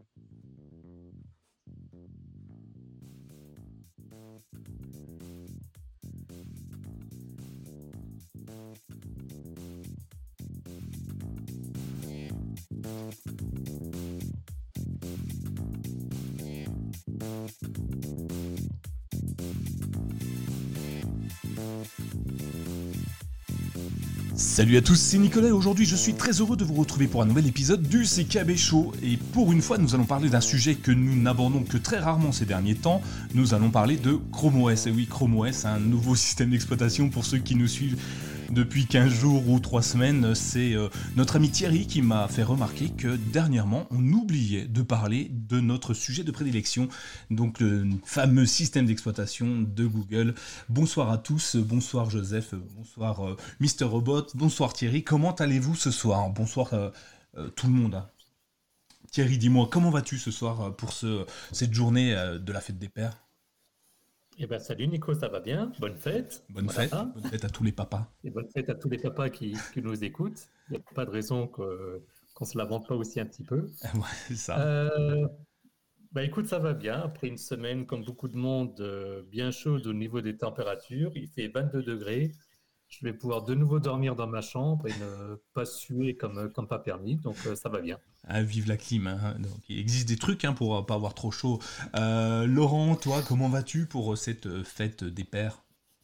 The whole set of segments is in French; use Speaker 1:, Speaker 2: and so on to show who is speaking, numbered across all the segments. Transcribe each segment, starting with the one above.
Speaker 1: Salut à tous, c'est Nicolas et aujourd'hui je suis très heureux de vous retrouver pour un nouvel épisode du CKB Show. Et pour une fois nous allons parler d'un sujet que nous n'abordons que très rarement ces derniers temps. Nous allons parler de Chrome OS. Et oui, Chrome OS, un nouveau système d'exploitation pour ceux qui nous suivent depuis 15 jours ou 3 semaines. C'est notre ami Thierry qui m'a fait remarquer que dernièrement on oubliait de parler de notre sujet de prédilection, donc le fameux système d'exploitation de Google. Bonsoir à tous, bonsoir Joseph, bonsoir Mister Robot, bonsoir Thierry, comment allez-vous ce soir ? Bonsoir tout le monde. Thierry, dis-moi, comment vas-tu ce soir pour cette journée de la fête des pères ?
Speaker 2: Eh ben salut Nico, ça va bien? Bonne fête.
Speaker 1: Bonne
Speaker 2: Voilà.
Speaker 1: fête à tous les papas.
Speaker 2: Et bonne fête à tous les papas qui nous écoutent. Il n'y a pas de raison qu'on se lamente pas aussi un petit peu.
Speaker 1: Ouais, c'est ça.
Speaker 2: Écoute, ça va bien. Après une semaine, comme beaucoup de monde, bien chaude au niveau des températures. Il fait 22 degrés. Je vais pouvoir de nouveau dormir dans ma chambre et ne pas suer comme pas permis. Donc ça va bien.
Speaker 1: Ah, vive la clim, hein. Donc, il existe des trucs pour pas avoir trop chaud. Laurent, toi, comment vas-tu pour cette fête des pères ?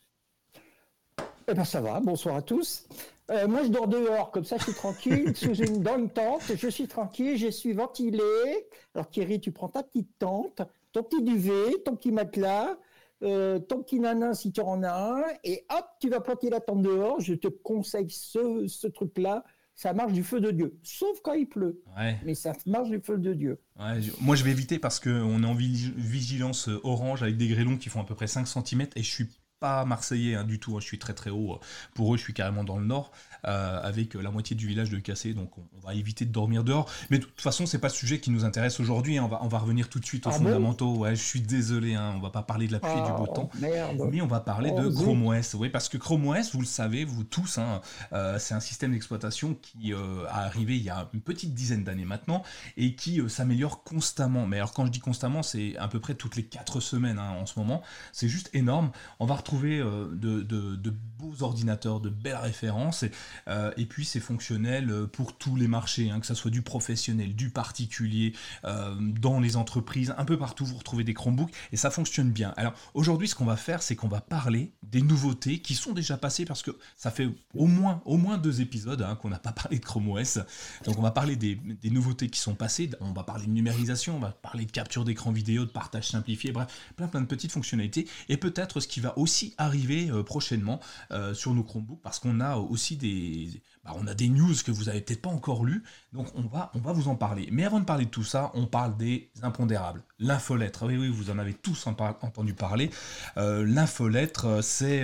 Speaker 3: Eh ben ça va, bonsoir à tous. Moi je dors dehors, comme ça je suis tranquille, dans une tente, je suis tranquille, je suis ventilé. Alors Thierry, tu prends ta petite tente, ton petit duvet, ton petit matelas, ton petit nanin si tu en as un, et hop, tu vas planter la tente dehors. Je te conseille ce truc-là, ça marche du feu de Dieu, sauf quand il pleut,
Speaker 1: Ouais.
Speaker 3: mais ça marche du feu de Dieu.
Speaker 1: Ouais, moi je vais éviter parce qu'on est en vigilance orange avec des grêlons qui font à peu près 5 cm et je suis pas marseillais du tout, hein. Je suis très très haut. Pour eux, je suis carrément dans le nord, avec la moitié du village de Cassé, donc on va éviter de dormir dehors. Mais de toute façon, c'est pas le sujet qui nous intéresse aujourd'hui, hein. On va revenir tout de suite aux fondamentaux. Ouais, je suis désolé, hein. On va pas parler de la pluie et du beau temps, mais on va parler de Chrome OS. Oui, parce que Chrome OS, vous le savez, vous tous, hein, c'est un système d'exploitation qui a arrivé il y a une petite dizaine d'années maintenant et qui s'améliore constamment. Mais alors quand je dis constamment, c'est à peu près toutes les 4 semaines, hein, en ce moment. C'est juste énorme. On va retrouver de beaux ordinateurs, de belles références, et puis c'est fonctionnel pour tous les marchés, hein, que ça soit du professionnel, du particulier, dans les entreprises, un peu partout vous retrouvez des Chromebooks et ça fonctionne bien. Alors aujourd'hui ce qu'on va faire, c'est qu'on va parler des nouveautés qui sont déjà passées, parce que ça fait au moins 2 épisodes, hein, qu'on n'a pas parlé de Chrome OS. Donc on va parler des nouveautés qui sont passées, on va parler de numérisation, on va parler de capture d'écran vidéo, de partage simplifié, bref, plein de petites fonctionnalités, et peut-être ce qui va aussi arriver prochainement sur nos Chromebooks, parce qu'on a aussi on a des news que vous avez peut-être pas encore lues, donc on va vous en parler. Mais avant de parler de tout ça, on parle des impondérables. L'infolettre, oui, vous en avez tous entendu parler. L'infolettre, c'est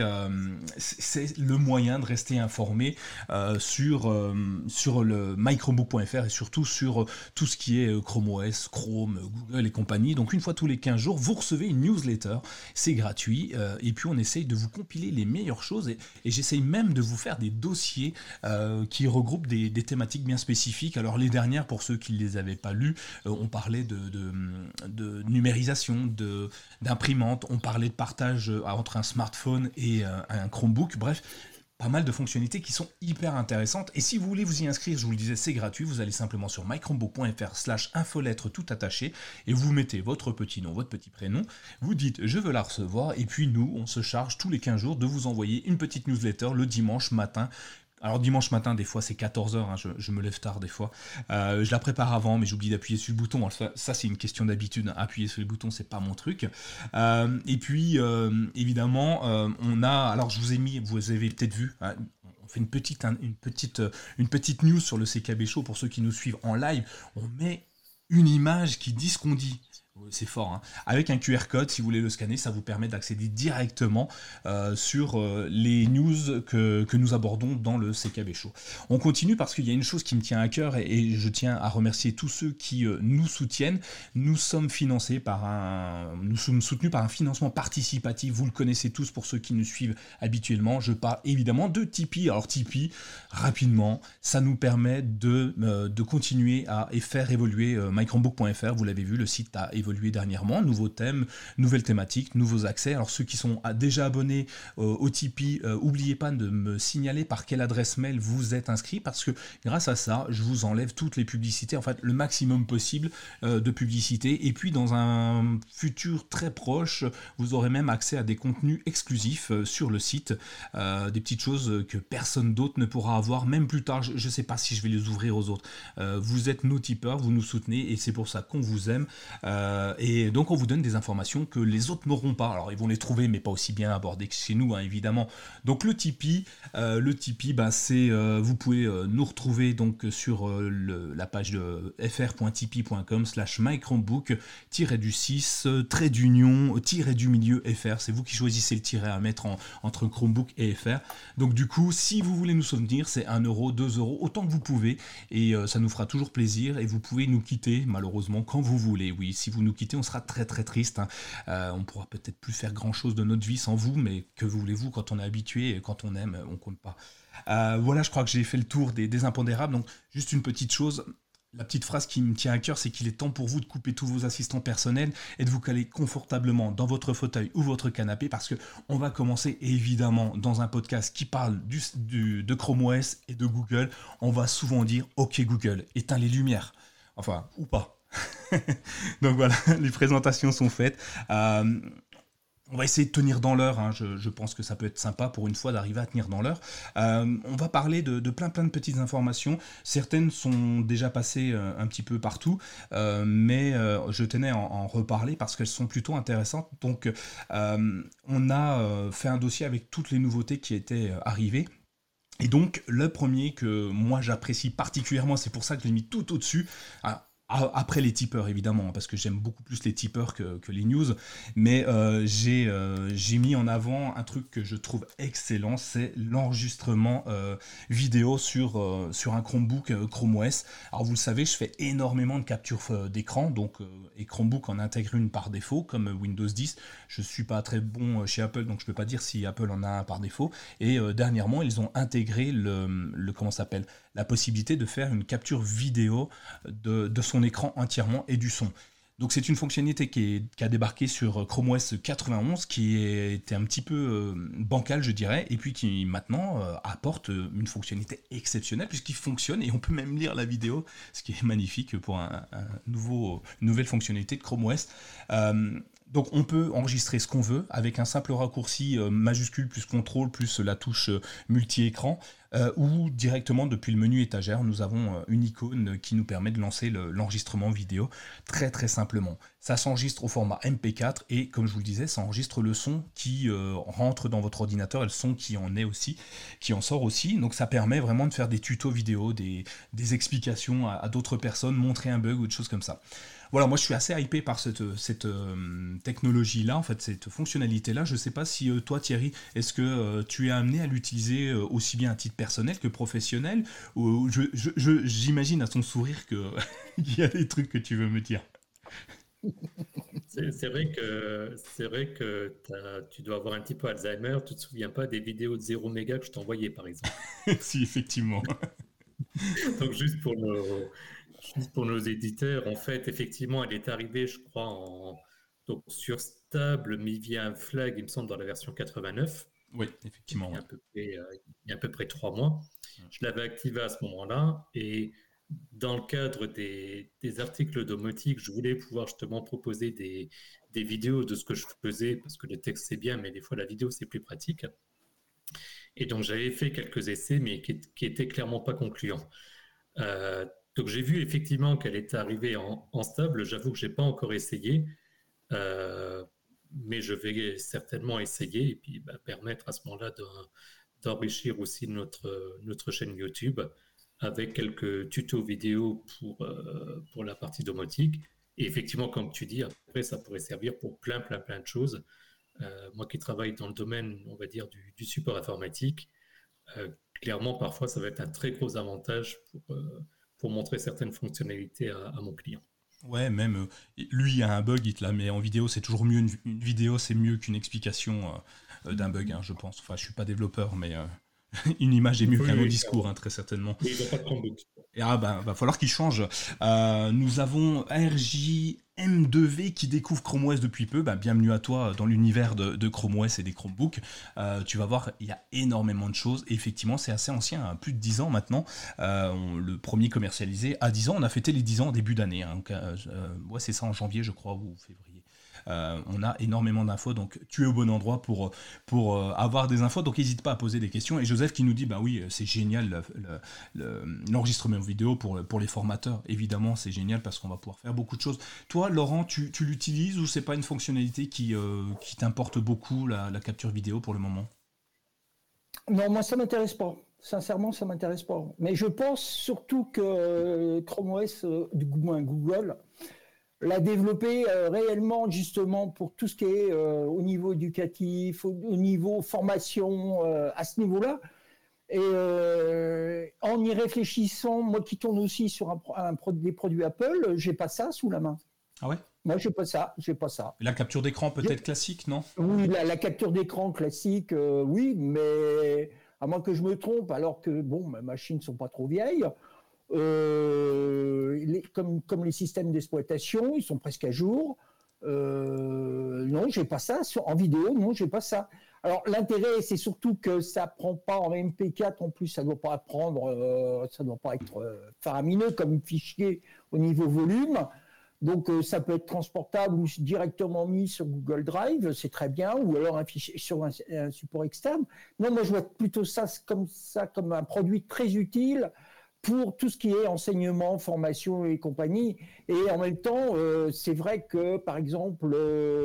Speaker 1: le moyen de rester informé sur le mychromebook.fr et surtout sur tout ce qui est Chrome OS, Chrome, Google et compagnie. Donc une fois tous les 15 jours, vous recevez une newsletter, c'est gratuit, et puis on essaye de vous compiler les meilleures choses, et j'essaye même de vous faire des dossiers qui regroupent des thématiques bien spécifiques. Alors les dernières, pour ceux qui ne les avaient pas lues, on parlait de numérisation, d'imprimante, on parlait de partage entre un smartphone et un Chromebook, bref, pas mal de fonctionnalités qui sont hyper intéressantes. Et si vous voulez vous y inscrire, je vous le disais, c'est gratuit. Vous allez simplement sur mychromebook.fr/infolettre tout attaché et vous mettez votre petit nom, votre petit prénom. Vous dites je veux la recevoir, et puis nous, on se charge tous les 15 jours de vous envoyer une petite newsletter le dimanche matin. Alors dimanche matin, des fois c'est 14h, hein, je me lève tard des fois. Je la prépare avant, mais j'oublie d'appuyer sur le bouton. Alors, ça c'est une question d'habitude, appuyer sur les boutons c'est pas mon truc. Et puis évidemment, on a, alors je vous ai mis, vous avez peut-être vu, hein, on fait une petite news sur le CKB Show pour ceux qui nous suivent en live. On met une image qui dit ce qu'on dit. Oui, c'est fort, hein. Avec un QR code, si vous voulez le scanner, ça vous permet d'accéder directement sur les news que nous abordons dans le CKB Show. On continue parce qu'il y a une chose qui me tient à cœur et je tiens à remercier tous ceux qui nous soutiennent. Nous sommes soutenus par un financement participatif. Vous le connaissez tous pour ceux qui nous suivent habituellement. Je parle évidemment de Tipeee. Alors Tipeee, rapidement, ça nous permet de continuer à faire évoluer mychromebook.fr. Vous l'avez vu, le site a évolué dernièrement, nouveaux thèmes, nouvelles thématiques, nouveaux accès. Alors ceux qui sont déjà abonnés au Tipeee, n'oubliez pas de me signaler par quelle adresse mail vous êtes inscrit, parce que grâce à ça, je vous enlève toutes les publicités, en fait le maximum possible de publicités, et puis dans un futur très proche, vous aurez même accès à des contenus exclusifs sur le site, des petites choses que personne d'autre ne pourra avoir, même plus tard, je ne sais pas si je vais les ouvrir aux autres. Vous êtes nos tipeurs, vous nous soutenez, et c'est pour ça qu'on vous aime. Et donc on vous donne des informations que les autres n'auront pas. Alors ils vont les trouver, mais pas aussi bien abordées que chez nous, hein, évidemment. Donc le Tipeee, c'est vous pouvez nous retrouver donc sur la page de fr.tipeee.com/mychromebook-du6-du-milieu-fr. C'est vous qui choisissez le tiret à mettre entre Chromebook et FR. Donc du coup, si vous voulez nous soutenir, c'est 1 euro, 2 euros, autant que vous pouvez. Et ça nous fera toujours plaisir. Et vous pouvez nous quitter, malheureusement, quand vous voulez. Oui, si vous nous quittez, on sera très très triste, hein. On pourra peut-être plus faire grand chose de notre vie sans vous, mais que voulez-vous, quand on est habitué et quand on aime, on compte pas. Voilà, je crois que j'ai fait le tour des impondérables. Donc juste une petite chose, la petite phrase qui me tient à cœur, c'est qu'il est temps pour vous de couper tous vos assistants personnels et de vous caler confortablement dans votre fauteuil ou votre canapé, parce que on va commencer évidemment dans un podcast qui parle de Chrome OS et de Google. On va souvent dire « Ok Google, éteins les lumières ». Enfin, ou pas. Donc voilà, les présentations sont faites. On va essayer de tenir dans l'heure, hein. Je pense que ça peut être sympa pour une fois d'arriver à tenir dans l'heure. On va parler de plein de petites informations. Certaines sont déjà passées un petit peu partout, mais je tenais à en reparler parce qu'elles sont plutôt intéressantes. Donc on a fait un dossier avec toutes les nouveautés qui étaient arrivées. Et donc le premier que moi j'apprécie particulièrement, c'est pour ça que je l'ai mis tout au-dessus. Après les tipeurs évidemment, parce que j'aime beaucoup plus les tipeurs que les news, mais j'ai mis en avant un truc que je trouve excellent, c'est l'enregistrement vidéo sur un Chromebook Chrome OS. Alors vous le savez, je fais énormément de captures d'écran, donc et Chromebook en intègre une par défaut, comme Windows 10. Je suis pas très bon chez Apple, donc je peux pas dire si Apple en a un par défaut. Et dernièrement, ils ont intégré la possibilité de faire une capture vidéo de son écran entièrement et du son. Donc c'est une fonctionnalité qui a débarqué sur Chrome OS 91, qui était un petit peu bancale, je dirais, et puis qui maintenant apporte une fonctionnalité exceptionnelle puisqu'il fonctionne et on peut même lire la vidéo, ce qui est magnifique pour une nouvelle fonctionnalité de Chrome OS. Donc on peut enregistrer ce qu'on veut avec un simple raccourci majuscule plus contrôle plus la touche multi-écran, ou directement depuis le menu étagère, nous avons une icône qui nous permet de lancer l'enregistrement vidéo très très simplement. Ça s'enregistre au format MP4 et comme je vous le disais, ça enregistre le son qui rentre dans votre ordinateur et le son qui en sort aussi. Donc ça permet vraiment de faire des tutos vidéo, des explications à d'autres personnes, montrer un bug ou des choses comme ça. Voilà, moi je suis assez hypé par cette technologie-là, en fait, cette fonctionnalité-là. Je ne sais pas si toi, Thierry, est-ce que tu es amené à l'utiliser aussi bien à titre personnel que professionnel, ou j'imagine à ton sourire qu'il y a des trucs que tu veux me dire.
Speaker 2: C'est vrai que tu dois avoir un petit peu Alzheimer. Tu ne te souviens pas des vidéos de 0 méga que je t'envoyais, par exemple.
Speaker 1: Si, effectivement.
Speaker 2: Donc, juste pour nos éditeurs, en fait, effectivement, elle est arrivée, je crois, donc sur stable, mais via un flag, il me semble, dans la version 89.
Speaker 1: Oui, effectivement.
Speaker 2: Il y a à peu près 3 mois. Je l'avais activée à ce moment-là et dans le cadre des articles domotique, je voulais pouvoir justement proposer des vidéos de ce que je faisais, parce que le texte c'est bien, mais des fois la vidéo c'est plus pratique. Et donc j'avais fait quelques essais, mais qui étaient clairement pas concluants. Donc j'ai vu effectivement qu'elle était arrivée en stable. J'avoue que j'ai pas encore essayé, mais je vais certainement essayer et puis permettre à ce moment-là d'enrichir aussi notre chaîne YouTube avec quelques tutos vidéo pour la partie domotique Et effectivement, comme tu dis, après, ça pourrait servir pour plein de choses. Moi qui travaille dans le domaine, on va dire, du support informatique, clairement, parfois, ça va être un très gros avantage pour montrer certaines fonctionnalités à mon client.
Speaker 1: Ouais, même lui, il y a un bug, il te la met en vidéo, c'est toujours mieux, une vidéo, c'est mieux qu'une explication d'un bug, hein, je pense. Enfin, je suis pas développeur, mais une image est mieux qu'un long discours, hein, très certainement.
Speaker 2: Et il va pas de Chromebook.
Speaker 1: Et va falloir qu'il change. Nous avons RJ M2V qui découvre Chrome OS depuis peu. Bienvenue à toi dans l'univers de Chrome OS et des Chromebooks. Tu vas voir, il y a énormément de choses. Et effectivement, c'est assez ancien, hein, plus de 10 ans maintenant. Le premier commercialisé à 10 ans. On a fêté les 10 ans en début d'année. Hein, donc, c'est ça en janvier, je crois, ou février. On a énormément d'infos, donc tu es au bon endroit pour avoir des infos, donc n'hésite pas à poser des questions. Et Joseph qui nous dit, oui, c'est génial l'enregistrement vidéo pour les formateurs, évidemment c'est génial parce qu'on va pouvoir faire beaucoup de choses. Toi Laurent, tu l'utilises ou c'est pas une fonctionnalité qui t'importe beaucoup, la capture vidéo pour le moment?
Speaker 3: Non, moi ça m'intéresse pas. Sincèrement, ça m'intéresse pas. Mais je pense surtout que Chrome OS, du moins Google, l'a développé réellement justement pour tout ce qui est au niveau éducatif, au niveau formation, à ce niveau-là. Et en y réfléchissant, moi qui tourne aussi sur des produits Apple, j'ai pas ça sous la main.
Speaker 1: Ah ouais?
Speaker 3: Moi, j'ai pas ça.
Speaker 1: La capture d'écran peut-être classique, non?
Speaker 3: Oui, la capture d'écran classique, oui, mais à moins que je me trompe, alors que bon, mes machines sont pas trop vieilles. Comme les systèmes d'exploitation, ils sont presque à jour. Non, j'ai pas ça. En vidéo, non, j'ai pas ça. Alors l'intérêt, c'est surtout que ça prend pas en MP4 en plus, ça doit pas être faramineux comme fichier au niveau volume. Donc ça peut être transportable ou directement mis sur Google Drive, c'est très bien, ou alors un fichier sur un support externe. Non, moi je vois plutôt ça comme un produit très utile pour tout ce qui est enseignement, formation et compagnie. Et en même temps, c'est vrai que, par exemple,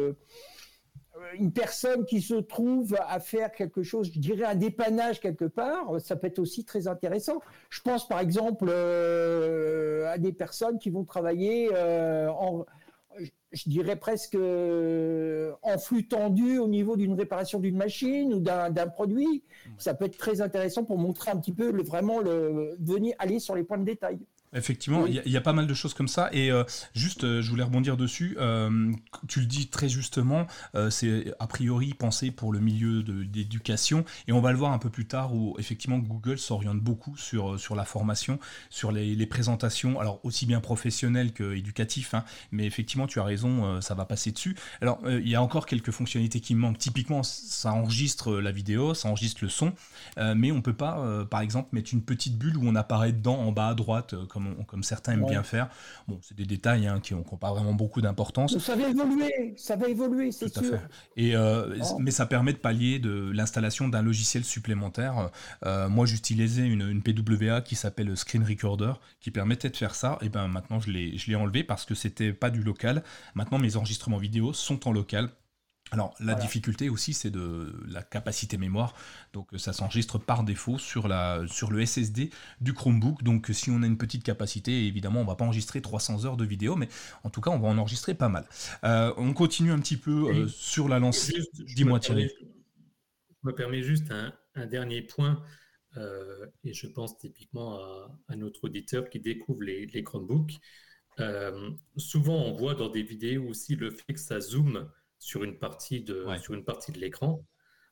Speaker 3: une personne qui se trouve à faire quelque chose, je dirais un dépannage quelque part, ça peut être aussi très intéressant. Je pense, par exemple, à des personnes qui vont travailler je dirais presque en flux tendu au niveau d'une réparation d'une machine ou d'un produit. Ça peut être très intéressant pour montrer un petit peu venir aller sur les points de détail.
Speaker 1: Effectivement, il y a pas mal de choses comme ça. Et je voulais rebondir dessus. Tu le dis très justement, c'est a priori pensé pour le milieu d'éducation. Et on va le voir un peu plus tard où effectivement Google s'oriente beaucoup sur la formation, sur les présentations, alors aussi bien professionnelles qu'éducatives. Hein, mais effectivement, tu as raison, ça va passer dessus. Alors, il y a encore quelques fonctionnalités qui me manquent. Typiquement, ça enregistre la vidéo, ça enregistre le son. Mais on ne peut pas, par exemple, mettre une petite bulle où on apparaît dedans en bas à droite, comme certains aiment bien faire. Bon, c'est des détails qui n'ont pas vraiment beaucoup d'importance.
Speaker 3: Ça va évoluer, c'est sûr.
Speaker 1: Et, mais ça permet de pallier de l'installation d'un logiciel supplémentaire. Moi, j'utilisais une PWA qui s'appelle Screen Recorder, qui permettait de faire ça. Et maintenant, je l'ai enlevé parce que c'était pas du local. Maintenant, mes enregistrements vidéo sont en local. Alors, la difficulté aussi, c'est de la capacité mémoire. Donc, ça s'enregistre par défaut sur le SSD du Chromebook. Donc, si on a une petite capacité, évidemment, on ne va pas enregistrer 300 heures de vidéo, mais en tout cas, on va en enregistrer pas mal. On continue un petit peu sur la lancée. Dis-moi, Thierry.
Speaker 2: Je me permets juste un dernier point, et je pense typiquement à notre auditeur qui découvre les Chromebooks. Souvent, on voit dans des vidéos aussi le fait que ça zoome sur une partie de l'écran.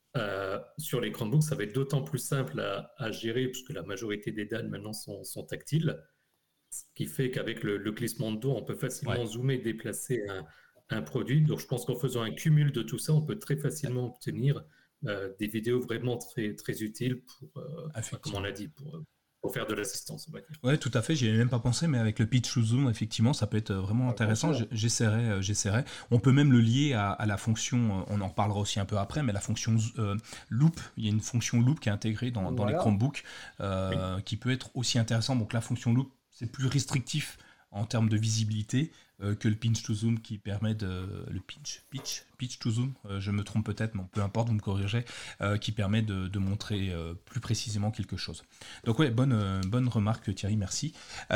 Speaker 2: Sur les Chromebooks, ça va être d'autant plus simple à gérer puisque la majorité des dalles maintenant sont tactiles, ce qui fait qu'avec le glissement de dos, on peut facilement zoomer, déplacer un produit. Donc, je pense qu'en faisant un cumul de tout ça, on peut très facilement obtenir des vidéos vraiment très, très utiles pour, comme on l'a dit, pour faire de l'assistance, on va dire.
Speaker 1: Ouais, tout à fait, j'y avais même pas pensé, mais avec le pitch to zoom, effectivement, ça peut être vraiment intéressant. J'essaierai. On peut même le lier à la fonction, on en reparlera aussi un peu après, mais la fonction loop, il y a une fonction loop qui est intégrée dans les Chromebooks, qui peut être aussi intéressante. Donc la fonction loop, c'est plus restrictif en termes de visibilité, que le pinch to zoom qui permet le pitch to zoom, je me trompe peut-être, mais peu importe, vous me corrigez, qui permet de montrer plus précisément quelque chose. Donc ouais, bonne remarque Thierry, merci.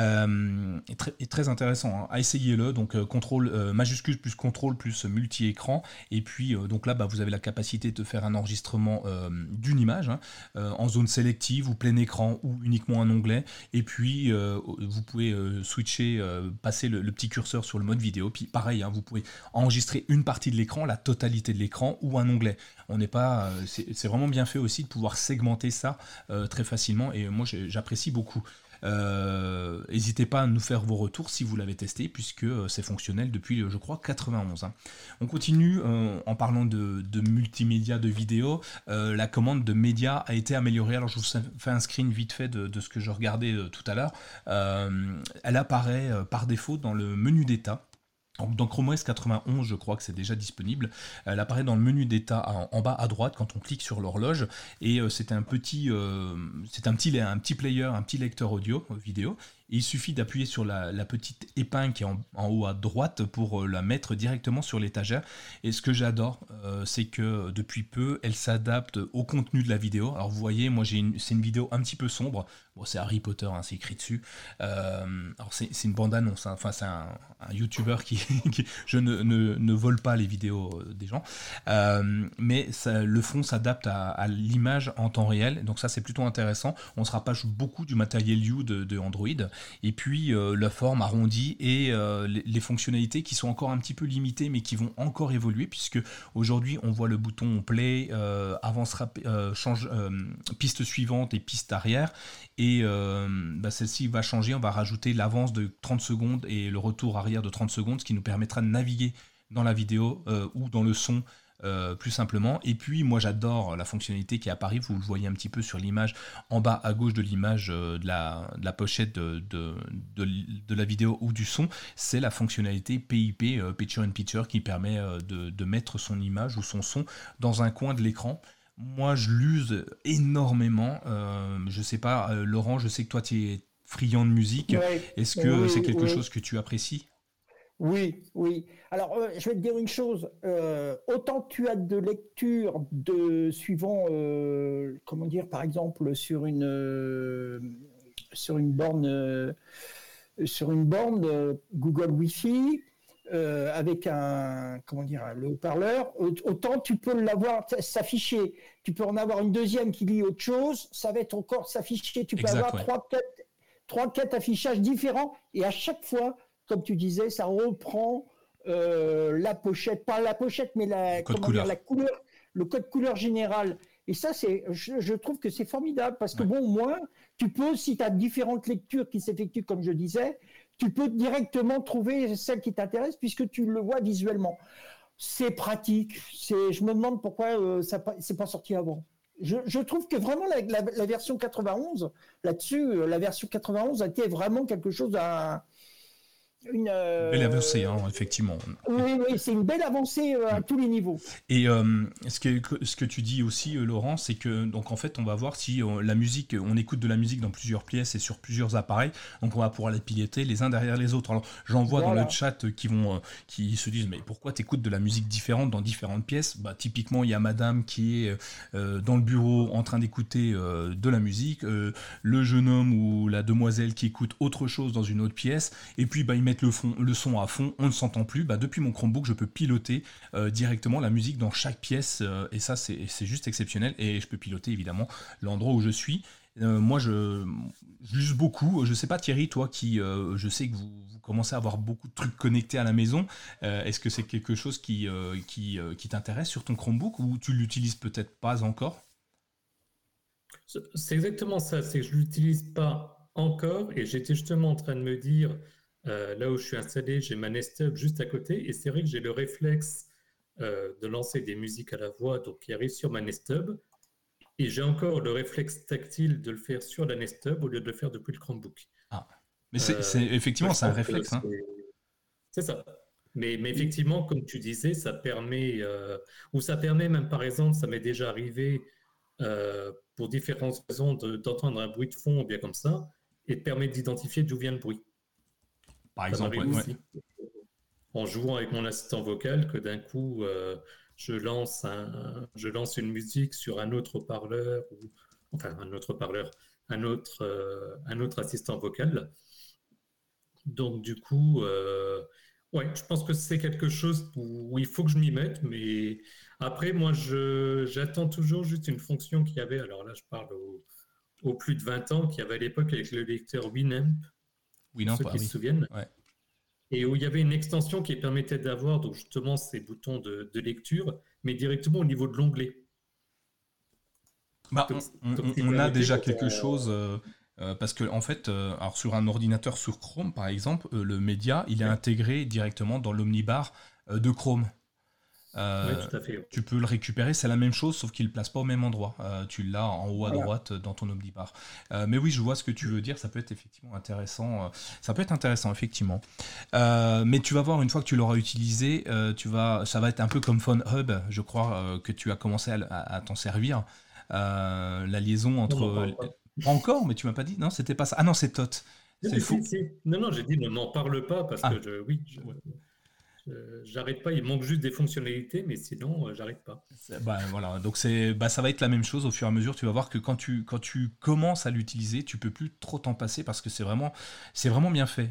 Speaker 1: Et très intéressant, hein. Essayez-le, donc contrôle majuscule plus contrôle plus multi-écran, et puis donc là vous avez la capacité de faire un enregistrement d'une image, hein, en zone sélective ou plein écran ou uniquement un onglet, et puis vous pouvez switcher, passer le petit curseur sur le mode vidéo, puis pareil, hein, vous pouvez enregistrer une partie de l'écran, la totalité de l'écran ou un onglet. On n'est pas, c'est vraiment bien fait aussi de pouvoir segmenter ça très facilement, et moi j'apprécie beaucoup. N'hésitez pas à nous faire vos retours si vous l'avez testé, puisque c'est fonctionnel depuis, je crois, 91. Hein. On continue en parlant de multimédia, de vidéo. La commande de média a été améliorée. Alors je vous fais un screen vite fait de ce que je regardais tout à l'heure. Elle apparaît par défaut dans le menu d'état. Dans Chrome OS 91, je crois que c'est déjà disponible. Elle apparaît dans le menu d'état en bas à droite quand on clique sur l'horloge, et c'est un petit player, un petit lecteur audio vidéo. Et il suffit d'appuyer sur la petite épingle qui est en haut à droite pour la mettre directement sur l'étagère. Et ce que j'adore, c'est que depuis peu, elle s'adapte au contenu de la vidéo. Alors vous voyez, moi c'est une vidéo un petit peu sombre. Bon, c'est Harry Potter, hein, c'est écrit dessus. Alors c'est une bande-annonce, hein. Enfin c'est un YouTuber qui je ne vole pas les vidéos des gens. Mais le fond s'adapte à l'image en temps réel. Donc ça c'est plutôt intéressant. On se rapproche beaucoup du matériel You de Android. Et puis la forme arrondie et les fonctionnalités qui sont encore un petit peu limitées, mais qui vont encore évoluer, puisque aujourd'hui on voit le bouton play, change piste suivante et piste arrière, et celle-ci va changer. On va rajouter l'avance de 30 secondes et le retour arrière de 30 secondes, ce qui nous permettra de naviguer dans la vidéo ou dans le son plus simplement. Et puis moi j'adore la fonctionnalité qui apparaît, vous le voyez un petit peu sur l'image en bas à gauche de l'image de la pochette de la vidéo ou du son, c'est la fonctionnalité PIP, Picture in Picture, qui permet de mettre son image ou son son dans un coin de l'écran. Moi je l'use énormément, je sais pas, Laurent, je sais que toi tu es friand de musique, est-ce que c'est quelque chose que tu apprécies ?
Speaker 3: Oui. Alors, je vais te dire une chose. Autant tu as de lecture suivant, comment dire, par exemple, sur une borne Google Wi-Fi, avec le haut-parleur, autant tu peux l'avoir s'afficher. Tu peux en avoir une deuxième qui dit autre chose, ça va être encore s'afficher. Tu peux avoir 3-4 affichages différents, et à chaque fois, comme tu disais, ça reprend la pochette, pas la pochette, mais la couleur, le code couleur général. Et ça, je trouve que c'est formidable, parce que moins, tu peux, si tu as différentes lectures qui s'effectuent, comme je disais, tu peux directement trouver celle qui t'intéresse, puisque tu le vois visuellement. C'est pratique. Je me demande pourquoi c'est pas sorti avant. Je trouve que vraiment la version 91, là-dessus, la version 91 a été vraiment quelque chose
Speaker 1: une belle avancée, hein, effectivement.
Speaker 3: Oui, c'est une belle avancée à tous les niveaux.
Speaker 1: Et ce que tu dis aussi, Laurent, c'est que donc en fait, on va voir si la musique, on écoute de la musique dans plusieurs pièces et sur plusieurs appareils, donc on va pouvoir les piloter les uns derrière les autres. Alors j'en vois dans le chat qui se disent mais pourquoi t'écoutes de la musique différente dans différentes pièces ? Bah typiquement il y a Madame qui est dans le bureau en train d'écouter de la musique, le jeune homme ou la demoiselle qui écoute autre chose dans une autre pièce, et puis ils mettent le son à fond, on ne s'entend plus. Depuis mon Chromebook, je peux piloter directement la musique dans chaque pièce, et ça c'est juste exceptionnel, et je peux piloter évidemment l'endroit où je suis. Moi je l'use beaucoup. Je sais pas Thierry, toi qui je sais que vous commencez à avoir beaucoup de trucs connectés à la maison, est-ce que c'est quelque chose qui t'intéresse sur ton Chromebook, ou tu l'utilises peut-être pas encore ?
Speaker 2: C'est exactement ça, c'est que je l'utilise pas encore, et j'étais justement en train de me dire, là où je suis installé, j'ai ma Nest Hub juste à côté, et c'est vrai que j'ai le réflexe de lancer des musiques à la voix, donc qui arrivent sur ma Nest Hub, et j'ai encore le réflexe tactile de le faire sur la Nest Hub au lieu de le faire depuis le Chromebook.
Speaker 1: Ah, mais effectivement, c'est un réflexe.
Speaker 2: C'est ça. Mais effectivement, comme tu disais, ça permet même, par exemple, ça m'est déjà arrivé pour différentes raisons d'entendre un bruit de fond ou bien comme ça, et te permet d'identifier d'où vient le bruit.
Speaker 1: Par exemple,
Speaker 2: en jouant avec mon assistant vocal que d'un coup, je lance une musique sur un autre parleur, enfin un autre parleur, un autre assistant vocal. Donc du coup, ouais, je pense que c'est quelque chose où il faut que je m'y mette, mais après, moi, j'attends toujours juste une fonction qu'il y avait. Alors là, je parle au plus de 20 ans, qu'il y avait à l'époque avec le lecteur Winamp, pour
Speaker 1: Winamp,
Speaker 2: ceux
Speaker 1: ah
Speaker 2: qui se
Speaker 1: oui.
Speaker 2: souviennent,
Speaker 1: Ouais.
Speaker 2: et où il y avait une extension qui permettait d'avoir donc justement ces boutons de lecture, mais directement au niveau de l'onglet.
Speaker 1: Bah,
Speaker 2: Donc, ce qui
Speaker 1: on a
Speaker 2: permettait
Speaker 1: déjà
Speaker 2: quand
Speaker 1: quelque chose, parce que en fait, alors sur un ordinateur sur Chrome par exemple, le média il est
Speaker 2: Ouais,
Speaker 1: intégré directement dans l'omnibar de Chrome.
Speaker 2: ouais,
Speaker 1: Euh,
Speaker 2: tout à fait.
Speaker 1: Tu peux le récupérer, c'est la même chose, sauf qu'il ne le place pas au même endroit. Tu l'as en haut à
Speaker 3: Voilà.
Speaker 1: droite dans ton omnibar. Mais oui, je vois ce que tu veux dire, ça peut être effectivement intéressant. Ça peut être intéressant, effectivement. Mais tu vas voir, une fois que tu l'auras utilisé, ça va être un peu comme Phone Hub, je crois, que tu as commencé à t'en servir. La liaison
Speaker 2: On n'en
Speaker 1: entre...
Speaker 2: parle pas.
Speaker 1: Pas encore, mais tu m'as pas dit. Non, c'était pas ça. Ah non, c'est Tot.
Speaker 2: Non,
Speaker 1: C'est
Speaker 2: mais
Speaker 1: le faux.
Speaker 2: si. Non, non, j'ai dit ne m'en parle pas parce
Speaker 1: Ah,
Speaker 2: que oui,
Speaker 1: ouais.
Speaker 2: j'arrête pas. Il manque juste des fonctionnalités, mais sinon, j'arrête pas.
Speaker 1: Bah, voilà, donc ça va être la même chose au fur et à mesure. Tu vas voir que quand tu commences à l'utiliser, tu peux plus trop t'en passer parce que c'est vraiment bien fait.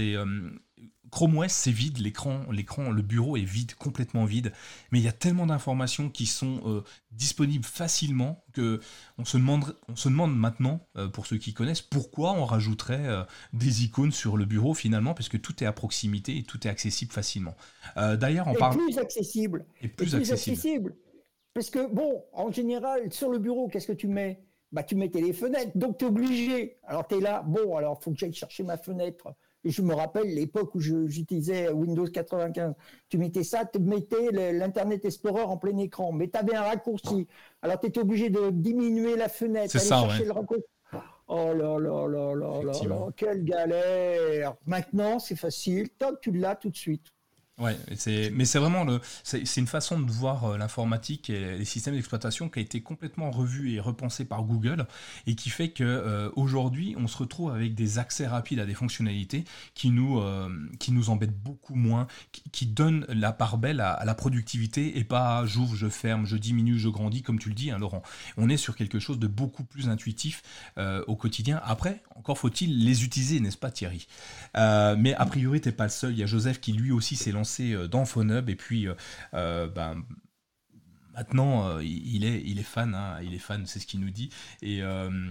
Speaker 1: Chrome OS, c'est vide, le bureau est vide, complètement vide, mais il y a tellement d'informations qui sont disponibles facilement que on se demande maintenant, pour ceux qui connaissent, pourquoi on rajouterait des icônes sur le bureau finalement, parce que tout est à proximité et tout est accessible facilement. D'ailleurs, on
Speaker 3: Et
Speaker 1: parle
Speaker 3: plus accessible.
Speaker 1: est
Speaker 3: Et
Speaker 1: plus
Speaker 3: plus
Speaker 1: accessible.
Speaker 3: accessible. Parce que, bon, en général, sur le bureau, qu'est-ce que tu mets? Bah, tu mettais les fenêtres, donc tu es obligé. Alors, tu es là, bon, alors, il faut que j'aille chercher ma fenêtre. Et je me rappelle l'époque où j'utilisais Windows 95. Tu mettais ça, tu mettais l'Internet Explorer en plein écran, mais tu avais un raccourci. Alors, tu étais obligé de diminuer la fenêtre,
Speaker 1: C'est
Speaker 3: aller
Speaker 1: ça,
Speaker 3: chercher
Speaker 1: ouais,
Speaker 3: le raccourci. Oh là là là là là
Speaker 1: effectivement.
Speaker 3: là, quelle galère! Maintenant, c'est facile, toc, tu l'as tout de suite.
Speaker 1: Ouais, mais c'est vraiment c'est une façon de voir l'informatique et les systèmes d'exploitation qui a été complètement revue et repensée par Google et qui fait que aujourd'hui on se retrouve avec des accès rapides à des fonctionnalités qui nous embêtent beaucoup moins, qui donnent la part belle à la productivité et pas j'ouvre, je ferme, je diminue, je grandis comme tu le dis, hein, Laurent. On est sur quelque chose de beaucoup plus intuitif au quotidien. Après, encore faut-il les utiliser, n'est-ce pas Thierry? Mais a priori, t'es pas le seul. Il y a Joseph qui lui aussi s'est lancé dans PhoneHub et puis ben, maintenant il est fan, hein, il est fan, c'est ce qu'il nous dit. Et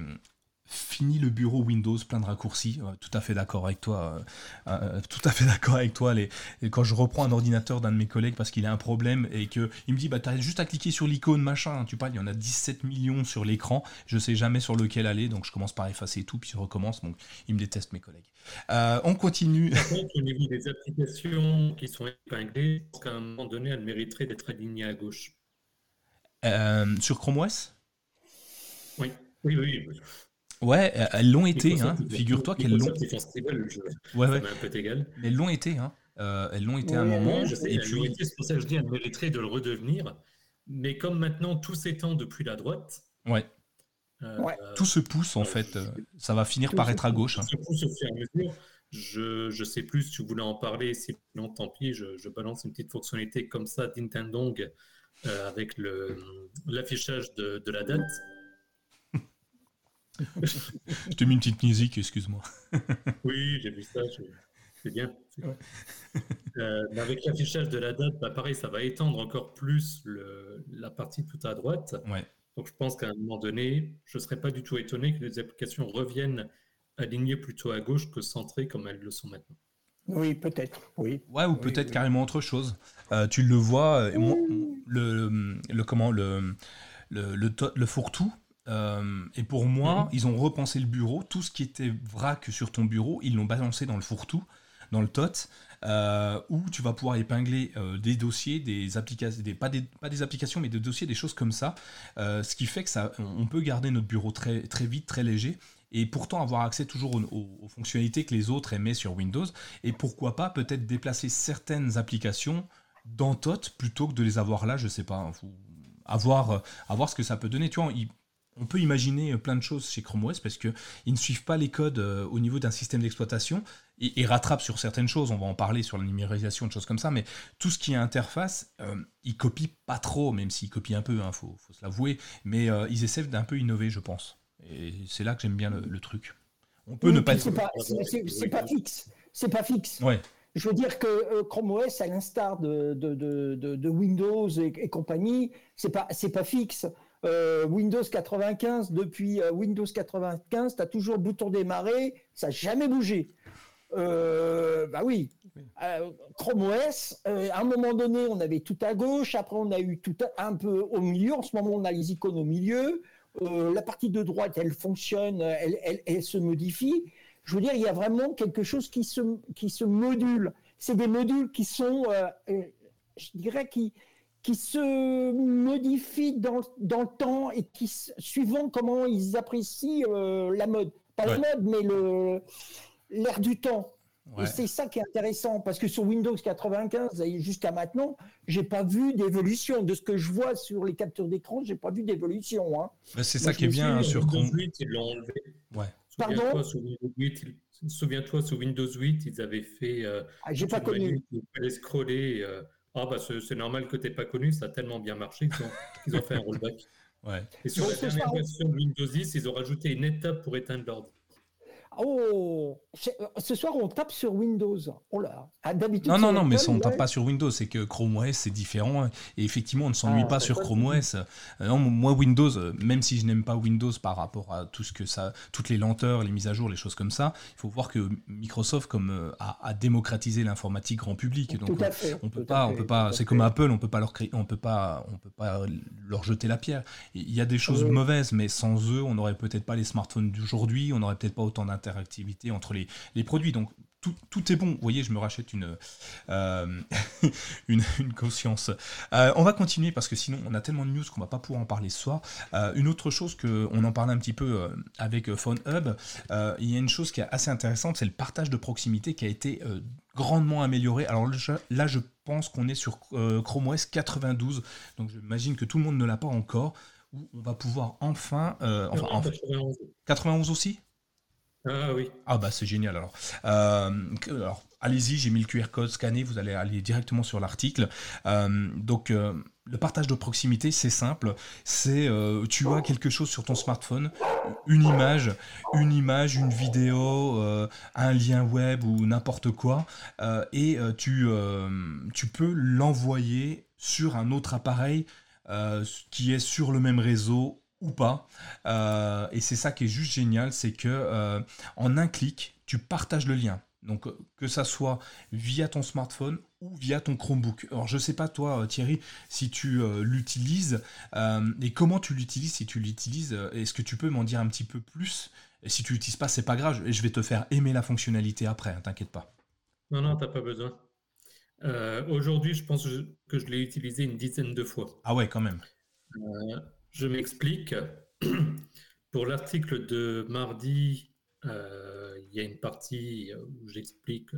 Speaker 1: fini le bureau Windows, plein de raccourcis. Tout à fait d'accord avec toi. Tout à fait d'accord avec toi. Et quand je reprends un ordinateur d'un de mes collègues parce qu'il a un problème et que il me dit bah t'as juste à cliquer sur l'icône machin. Tu parles, il y en a 17 millions sur l'écran. Je sais jamais sur lequel aller, donc je commence par effacer tout puis je recommence. Donc ils me détestent mes collègues. On continue.
Speaker 2: Par contre, au niveau des applications qui sont épinglées, je pense qu'à un moment donné, elles mériteraient d'être alignées à gauche.
Speaker 1: Sur Chrome OS.
Speaker 2: Oui, oui, oui. Oui.
Speaker 1: Ouais, elles l'ont été, hein.
Speaker 2: Microsoft,
Speaker 1: Figure-toi qu'elles l'ont.
Speaker 2: Microsoft, ils font ce qu'ils veulent.
Speaker 1: Ouais,
Speaker 2: Ça
Speaker 1: ouais.
Speaker 2: m'est un peu égal.
Speaker 1: Mais elles l'ont été, hein. Elles l'ont été à un
Speaker 3: Oui,
Speaker 2: Oui,
Speaker 1: moment.
Speaker 2: je sais,
Speaker 1: Et
Speaker 2: elles l'ont
Speaker 1: puis,
Speaker 2: été, c'est pour ça que je dis elles mériteraient de le redevenir. Mais comme maintenant tout s'étend depuis la droite,
Speaker 1: ouais,
Speaker 3: ouais,
Speaker 1: tout se pousse en
Speaker 2: euh,
Speaker 1: fait. Ça va finir
Speaker 3: tout
Speaker 1: par
Speaker 3: se
Speaker 1: être à
Speaker 3: pousse.
Speaker 1: gauche, hein.
Speaker 2: se pousse au fur et à mesure. Je sais plus si tu voulais en parler, sinon tant pis, je balance une petite fonctionnalité comme ça d'Intendong avec l'affichage de la date.
Speaker 1: Je t'ai mis une petite musique, excuse-moi.
Speaker 2: Oui, j'ai vu ça, c'est bien.
Speaker 1: Ouais.
Speaker 2: Mais avec l'affichage de la date, bah, pareil, ça va étendre encore plus la partie tout à droite.
Speaker 1: Ouais.
Speaker 2: Donc je pense qu'à un moment donné, je ne serais pas du tout étonné que les applications reviennent alignées plutôt à gauche que centrées comme elles le sont maintenant.
Speaker 3: Oui, peut-être, oui.
Speaker 1: Ouais, ou
Speaker 3: Oui,
Speaker 1: peut-être
Speaker 3: oui.
Speaker 1: carrément autre chose. Tu le vois, le fourre-tout. Et pour moi, ils ont repensé le bureau. Tout ce qui était vrac sur ton bureau, ils l'ont balancé dans le fourre-tout, dans le tot, où tu vas pouvoir épingler des dossiers, des applications, pas des applications, mais des dossiers, des choses comme ça. Ce qui fait que on peut garder notre bureau très, très vite, très léger. Et pourtant avoir accès toujours aux fonctionnalités que les autres aimaient sur Windows. Et pourquoi pas peut-être déplacer certaines applications dans TOT plutôt que de les avoir là, je sais pas. Faut avoir ce que ça peut donner. Tu vois, on peut imaginer plein de choses chez Chrome OS parce qu'ils ne suivent pas les codes au niveau d'un système d'exploitation et rattrapent sur certaines choses, on va en parler sur la numérisation, de choses comme ça, mais tout ce qui est interface, ils copient pas trop, même s'ils copient un peu, faut se l'avouer, mais ils essaient d'un peu innover, je pense. Et c'est là que j'aime bien le truc. On peut ne pas être...
Speaker 3: C'est pas fixe. C'est pas fixe.
Speaker 1: Ouais.
Speaker 3: Je veux dire que Chrome OS, à l'instar de Windows et compagnie, c'est pas fixe. Windows 95, depuis Windows 95, tu as toujours le bouton démarrer, ça n'a jamais bougé. Bah oui. Chrome OS, à un moment donné, on avait tout à gauche, après on a eu tout un peu au milieu, en ce moment on a les icônes au milieu, la partie de droite, elle fonctionne, elle se modifie. Je veux dire, il y a vraiment quelque chose qui se module. C'est des modules qui sont, je dirais, qui se modifient dans le temps et suivant comment ils apprécient la mode. Pas la mode, mais l'air du temps. Ouais. Et c'est ça qui est intéressant, parce que sur Windows 95, jusqu'à maintenant, j'ai pas vu d'évolution. De ce que je vois sur les captures d'écran, j'ai pas vu d'évolution. Hein.
Speaker 1: C'est ça qui est bien sur Chrome.
Speaker 2: 8, ils l'ont enlevé.
Speaker 1: Ouais.
Speaker 2: Souviens-toi, sur Windows 8, ils avaient fait...
Speaker 3: j'ai pas connu.
Speaker 2: Il fallait scroller. C'est normal que tu n'aies pas connu, ça a tellement bien marché qu'ils ont fait un rollback.
Speaker 1: Ouais.
Speaker 2: Et sur la dernière version de Windows 10, ils ont rajouté une étape pour éteindre l'ordi.
Speaker 3: Oh, ce soir on tape sur Windows. Oh là,
Speaker 1: d'habitude. Non, mais ça on tape pas sur Windows, c'est que Chrome OS c'est différent et effectivement on ne s'ennuie pas sur Chrome OS. Non, moi Windows, même si je n'aime pas Windows par rapport à tout ce que ça, toutes les lenteurs, les mises à jour, les choses comme ça, il faut voir que Microsoft a démocratisé l'informatique grand public. Donc on peut pas, c'est comme Apple, on peut pas leur jeter la pierre. Il y a des choses mauvaises, mais sans eux, on n'aurait peut-être pas les smartphones d'aujourd'hui, on n'aurait peut-être pas autant d'interactivité entre les produits. Donc tout est bon. Vous voyez, je me rachète une conscience. On va continuer parce que sinon on a tellement de news qu'on va pas pouvoir en parler ce soir. Une autre chose on en parlait un petit peu avec PhoneHub, il y a une chose qui est assez intéressante, c'est le partage de proximité qui a été grandement amélioré. Alors là, je pense qu'on est sur Chrome OS 92, donc j'imagine que tout le monde ne l'a pas encore, où on va pouvoir enfin 91 aussi.
Speaker 2: Ah oui.
Speaker 1: Ah bah c'est génial alors. Alors allez-y, j'ai mis le QR code, scannez, vous allez aller directement sur l'article. Donc le partage de proximité, c'est simple. C'est tu as quelque chose sur ton smartphone, une image, une vidéo, un lien web ou n'importe quoi, et tu peux l'envoyer sur un autre appareil qui est sur le même réseau ou pas, et c'est ça qui est juste génial, c'est que en un clic, tu partages le lien. Donc que ça soit via ton smartphone ou via ton Chromebook. Alors je sais pas toi Thierry, si tu l'utilises et comment tu l'utilises, si tu l'utilises, est-ce que tu peux m'en dire un petit peu plus? Et si tu l'utilises pas, c'est pas grave, je vais te faire aimer la fonctionnalité après, hein, t'inquiète pas.
Speaker 2: Non, t'as pas besoin. Aujourd'hui, je pense que je l'ai utilisé une dizaine de fois.
Speaker 1: Ah ouais, quand même.
Speaker 2: Je m'explique. Pour l'article de mardi, il y a une partie où j'explique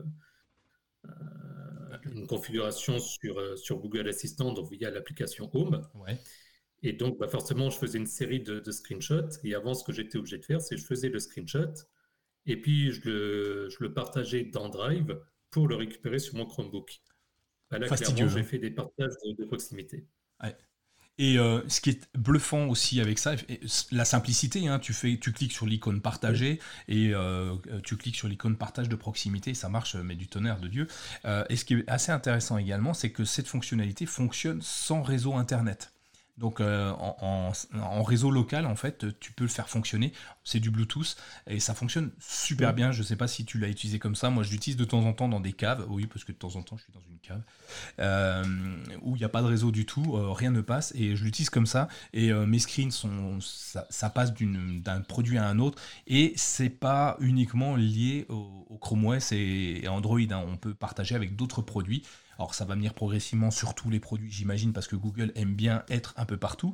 Speaker 2: une configuration sur Google Assistant, donc via l'application Home.
Speaker 1: Ouais.
Speaker 2: Et donc, forcément, je faisais une série de screenshots. Et avant, ce que j'étais obligé de faire, c'est que je faisais le screenshot et puis je le partageais dans Drive pour le récupérer sur mon Chromebook. Là, clairement, j'ai fait des partages de proximité.
Speaker 1: Ouais. Et ce qui est bluffant aussi avec ça, la simplicité, hein, tu cliques sur l'icône partager et tu cliques sur l'icône partage de proximité, ça marche, mais du tonnerre de Dieu. Et ce qui est assez intéressant également, c'est que cette fonctionnalité fonctionne sans réseau internet. Donc en réseau local, en fait, tu peux le faire fonctionner. C'est du Bluetooth et ça fonctionne super bien. Je ne sais pas si tu l'as utilisé comme ça. Moi, je l'utilise de temps en temps dans des caves. Oui, parce que de temps en temps, je suis dans une cave où il n'y a pas de réseau du tout. Rien ne passe et je l'utilise comme ça. Et mes screens, ça passe d'un produit à un autre. Et c'est pas uniquement lié au Chrome OS et Android. Hein. On peut partager avec d'autres produits. Alors ça va venir progressivement sur tous les produits, j'imagine, parce que Google aime bien être un peu partout.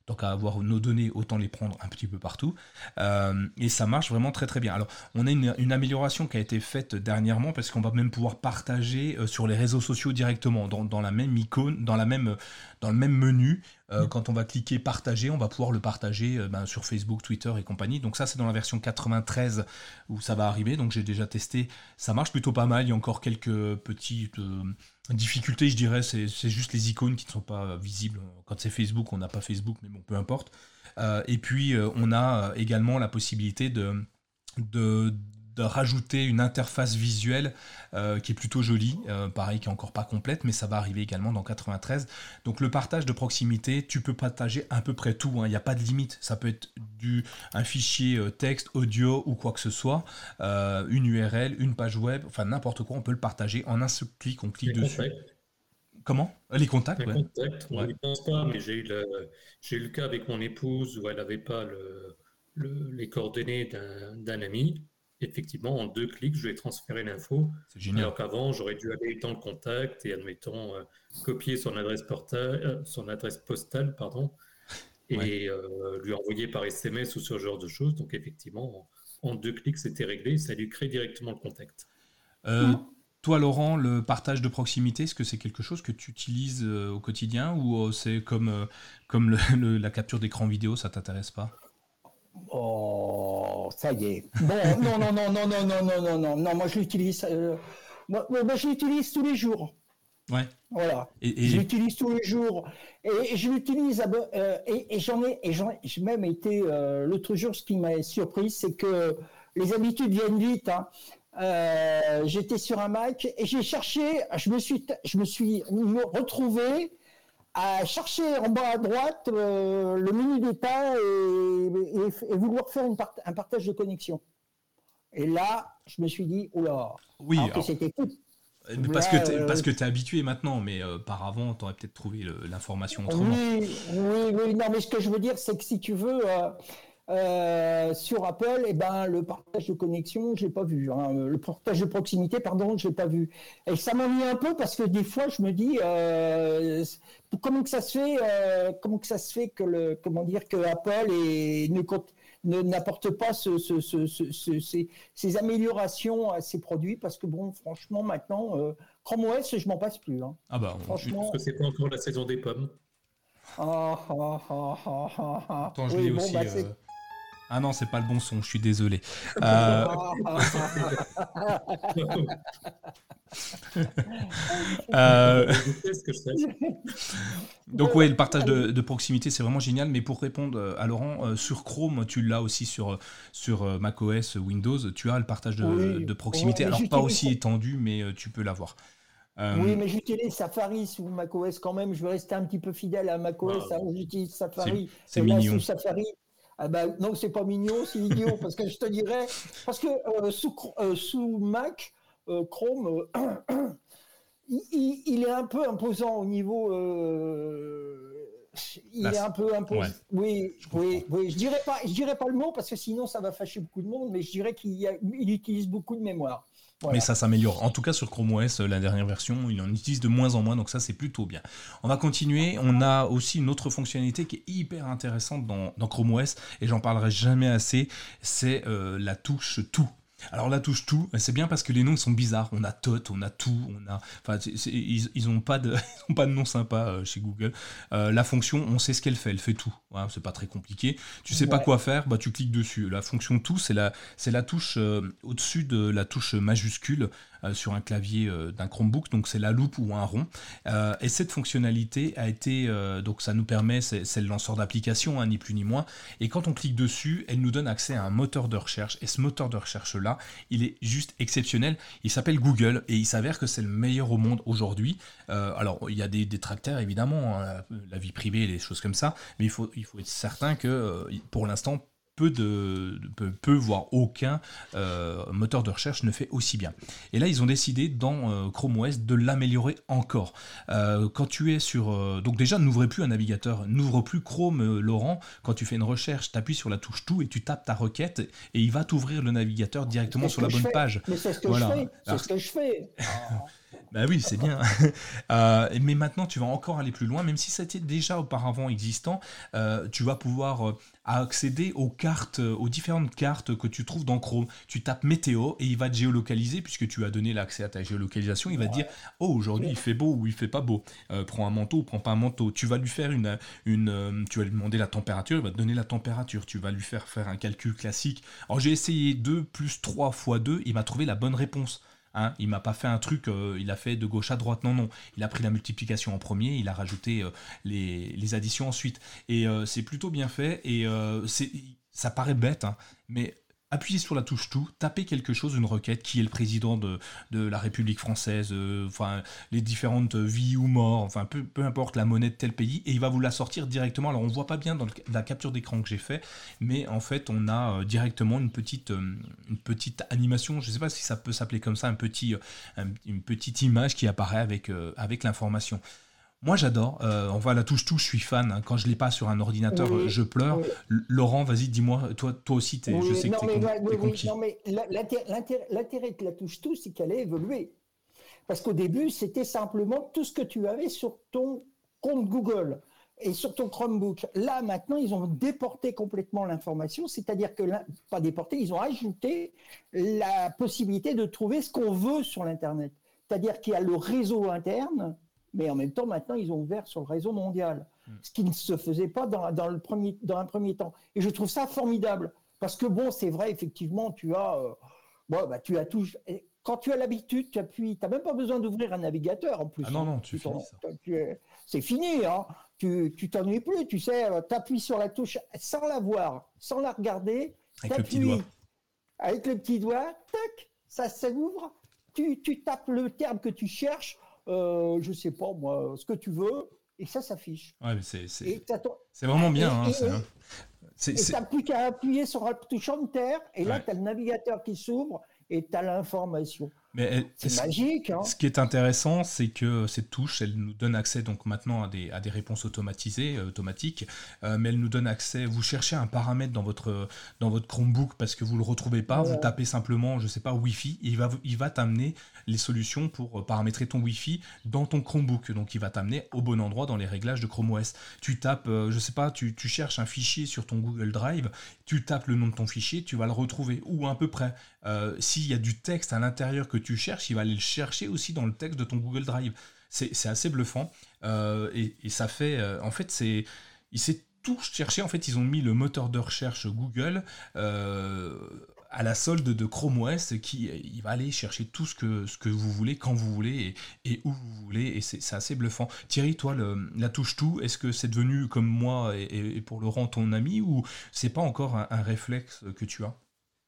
Speaker 1: tant qu'à avoir nos données, autant les prendre un petit peu partout. Et ça marche vraiment très très bien. Alors, on a une amélioration qui a été faite dernièrement parce qu'on va même pouvoir partager sur les réseaux sociaux directement, dans la même icône, dans le même menu. Quand on va cliquer partager, on va pouvoir le partager sur Facebook, Twitter et compagnie. Donc ça, c'est dans la version 93 où ça va arriver. Donc j'ai déjà testé. Ça marche plutôt pas mal. Il y a encore quelques petites difficultés, je dirais. C'est juste les icônes qui ne sont pas visibles. Quand c'est Facebook, on n'a pas Facebook, mais bon, peu importe. Et puis, on a également la possibilité de rajouter une interface visuelle qui est plutôt jolie, pareil, qui est encore pas complète, mais ça va arriver également dans 93. Donc le partage de proximité, tu peux partager à peu près tout, il n'y a pas de limite. Ça peut être un fichier texte, audio ou quoi que ce soit, une URL, une page web, enfin n'importe quoi, on peut le partager en un seul clic, on clique dessus.
Speaker 2: Contacts.
Speaker 1: Comment ? Les contacts,
Speaker 2: Les
Speaker 1: ouais.
Speaker 2: contacts, on n'y pense pas, mais j'ai eu le cas avec mon épouse où elle n'avait pas les coordonnées d'un ami. Effectivement, en 2 clics, je lui ai transféré l'info.
Speaker 1: C'est génial.
Speaker 2: Alors qu'avant, j'aurais dû aller dans le contact et, admettons, copier son adresse postale, et lui envoyer par SMS ou ce genre de choses. Donc, effectivement, en 2 clics, c'était réglé. Ça lui crée directement le contact.
Speaker 1: Toi, Laurent, le partage de proximité, est-ce que c'est quelque chose que tu utilises au quotidien ou c'est comme la capture d'écran vidéo, ça t'intéresse pas ?
Speaker 3: Oh, ça y est. Bon, non, moi je l'utilise. Moi, je l'utilise tous les jours.
Speaker 1: Ouais.
Speaker 3: Voilà. Je l'utilise tous les jours. Et je l'utilise. J'ai même été l'autre jour, ce qui m'a surpris, c'est que les habitudes viennent vite. J'étais sur un Mac et j'ai cherché. Je me suis retrouvé à chercher en bas à droite le menu d'état et vouloir faire un partage de connexion. Et là, je me suis dit, oula,
Speaker 1: oui,
Speaker 3: que c'était tout.
Speaker 1: Parce que tu es habitué maintenant, mais par avant, tu aurais peut-être trouvé l'information autrement.
Speaker 3: Oui, non, mais ce que je veux dire, c'est que si tu veux, sur Apple, le partage de connexion, je l'ai pas vu. Le partage de proximité, pardon, je l'ai pas vu. Et ça m'ennuie un peu parce que des fois, je me dis, comment que ça se fait que Apple n'apporte pas ces améliorations à ses produits, parce que bon, franchement, maintenant, Chrome OS, je m'en passe plus.
Speaker 1: Ah bah,
Speaker 3: franchement.
Speaker 2: Parce que c'est pas encore la saison des pommes.
Speaker 1: Attends, je lis aussi. Ah non, c'est pas le bon son, je suis désolé. Donc oui, le partage de proximité, c'est vraiment génial. Mais pour répondre à Laurent, sur Chrome, tu l'as aussi sur macOS, Windows, tu as le partage de proximité. Alors pas aussi étendu, mais tu peux l'avoir.
Speaker 3: Oui, mais j'utilise Safari sous macOS quand même. Je vais rester un petit peu fidèle à macOS. J'utilise Safari.
Speaker 1: C'est mignon.
Speaker 3: Sous Safari, non, c'est pas mignon, c'est idiot. Parce que je te dirais, parce que sous Mac, Chrome, il est un peu imposant au niveau. Il est un peu imposant. Ouais. Oui. Je dirais pas le mot parce que sinon ça va fâcher beaucoup de monde. Mais je dirais qu'il utilise beaucoup de mémoire. Voilà.
Speaker 1: Mais ça s'améliore. En tout cas, sur Chrome OS, la dernière version, il en utilise de moins en moins, donc ça, c'est plutôt bien. On va continuer. On a aussi une autre fonctionnalité qui est hyper intéressante dans Chrome OS, et j'en parlerai jamais assez, c'est la touche tout. Alors la touche tout, c'est bien parce que les noms sont bizarres. On a tot, on a tout, ils n'ont pas de nom sympa chez Google. La fonction, on sait ce qu'elle fait tout. Voilà, c'est pas très compliqué. Tu sais pas quoi faire, tu cliques dessus. La fonction tout, c'est la touche au-dessus de la touche majuscule sur un clavier d'un Chromebook, donc c'est la loupe ou un rond. Et cette fonctionnalité a été, donc ça nous permet, c'est le lanceur d'application, ni plus ni moins. Et quand on clique dessus, elle nous donne accès à un moteur de recherche. Et ce moteur de recherche-là, il est juste exceptionnel. Il s'appelle Google et il s'avère que c'est le meilleur au monde aujourd'hui. Alors, il y a des détracteurs, évidemment, la vie privée et les choses comme ça, mais il faut être certain que, pour l'instant, peu voire aucun moteur de recherche ne fait aussi bien. Et là, ils ont décidé dans Chrome OS de l'améliorer encore. Quand tu es sur... donc déjà, n'ouvrez plus un navigateur, n'ouvre plus Chrome, Laurent. Quand tu fais une recherche, tu appuies sur la touche tout et tu tapes ta requête et il va t'ouvrir le navigateur directement sur la bonne page.
Speaker 3: Mais c'est ce que je fais. C'est ce que je fais.
Speaker 1: Bah oui, c'est bien. Mais maintenant, tu vas encore aller plus loin, même si c'était déjà auparavant existant. Tu vas pouvoir accéder aux cartes, aux différentes cartes que tu trouves dans Chrome. Tu tapes météo et il va te géolocaliser, puisque tu as donné l'accès à ta géolocalisation. Il va te dire, oh, aujourd'hui il fait beau ou il fait pas beau. Prends un manteau ou prends pas un manteau. Tu vas lui faire tu vas lui demander la température, il va te donner la température. Tu vas lui faire un calcul classique. Alors j'ai essayé 2 plus 3 fois 2, il m'a trouvé la bonne réponse. Hein, il m'a pas fait un truc, il a fait de gauche à droite, non. Il a pris la multiplication en premier, il a rajouté les additions ensuite. Et c'est plutôt bien fait, et ça paraît bête, hein, mais appuyez sur la touche tout, tapez quelque chose, une requête, qui est le président de la République française, enfin les différentes vies ou morts, enfin peu importe la monnaie de tel pays, et il va vous la sortir directement. Alors on voit pas bien dans la capture d'écran que j'ai fait, mais en fait on a directement une petite animation, je sais pas si ça peut s'appeler comme ça, une petite image qui apparaît avec l'information. Moi j'adore, on va à la touche-touche, je suis fan, hein. Quand je l'ai pas sur un ordinateur,
Speaker 3: Oui,
Speaker 1: je pleure.
Speaker 3: oui,
Speaker 1: Laurent, vas-y, dis-moi, toi aussi, je
Speaker 3: oui,
Speaker 1: sais que
Speaker 3: non,
Speaker 1: t'es
Speaker 3: mais, ouais, oui,
Speaker 1: t'es
Speaker 3: oui,
Speaker 1: conquis.
Speaker 3: non, mais l'intérêt de la touche tout, c'est qu'elle a évolué. Parce qu'au début, c'était simplement tout ce que tu avais sur ton compte Google et sur ton Chromebook. Là, maintenant, ils ont déporté complètement l'information, c'est-à-dire que, pas déporté, ils ont ajouté la possibilité de trouver ce qu'on veut sur l'Internet. C'est-à-dire qu'il y a le réseau interne, mais en même temps, maintenant, ils ont ouvert sur le réseau mondial, ce qui ne se faisait pas dans un premier temps. Et je trouve ça formidable, parce que bon, c'est vrai, effectivement, tu as tout. Quand tu as l'habitude, tu appuies, tu n'as même pas besoin d'ouvrir un navigateur en
Speaker 1: Ah
Speaker 3: plus.
Speaker 1: non,
Speaker 3: Hein.
Speaker 1: non, tu finis ça.
Speaker 3: C'est fini, hein. Tu t'ennuies plus, tu sais, tu appuies sur la touche sans la voir, sans la regarder,
Speaker 1: Avec
Speaker 3: tu
Speaker 1: le petit doigt.
Speaker 3: appuies avec le petit doigt, tac, ça s'ouvre, tu tapes le terme que tu cherches, je sais pas moi, ce que tu veux, et ça s'affiche.
Speaker 1: Ouais, mais
Speaker 3: Et
Speaker 1: c'est vraiment bien, hein,
Speaker 3: tu n'as plus qu'à appuyer sur la touche Enter, et là,
Speaker 1: ouais.
Speaker 3: tu as le navigateur qui s'ouvre, et tu as l'information.
Speaker 1: Mais
Speaker 3: C'est magique, hein.
Speaker 1: ce qui est intéressant, c'est que cette touche, elle nous donne accès donc maintenant à des réponses automatiques, mais elle nous donne accès. Vous cherchez un paramètre dans votre Chromebook parce que vous le retrouvez pas, vous tapez simplement, je sais pas, Wi-Fi, et il va t'amener les solutions pour paramétrer ton Wi-Fi dans ton Chromebook. Donc il va t'amener au bon endroit dans les réglages de Chrome OS. Tu tapes, je sais pas, tu cherches un fichier sur ton Google Drive, tu tapes le nom de ton fichier, tu vas le retrouver, ou à peu près. S'il y a du texte à l'intérieur que tu cherches, il va aller le chercher aussi dans le texte de ton Google Drive. C'est assez bluffant. Et ça fait... en fait, il s'est tout cherché. En fait, ils ont mis le moteur de recherche Google à la solde de Chrome OS, il va aller chercher tout ce que vous voulez, quand vous voulez et où vous voulez. Et c'est assez bluffant. Thierry, toi, la touche tout, est-ce que c'est devenu comme moi et pour Laurent ton ami, ou c'est pas encore un réflexe que tu as?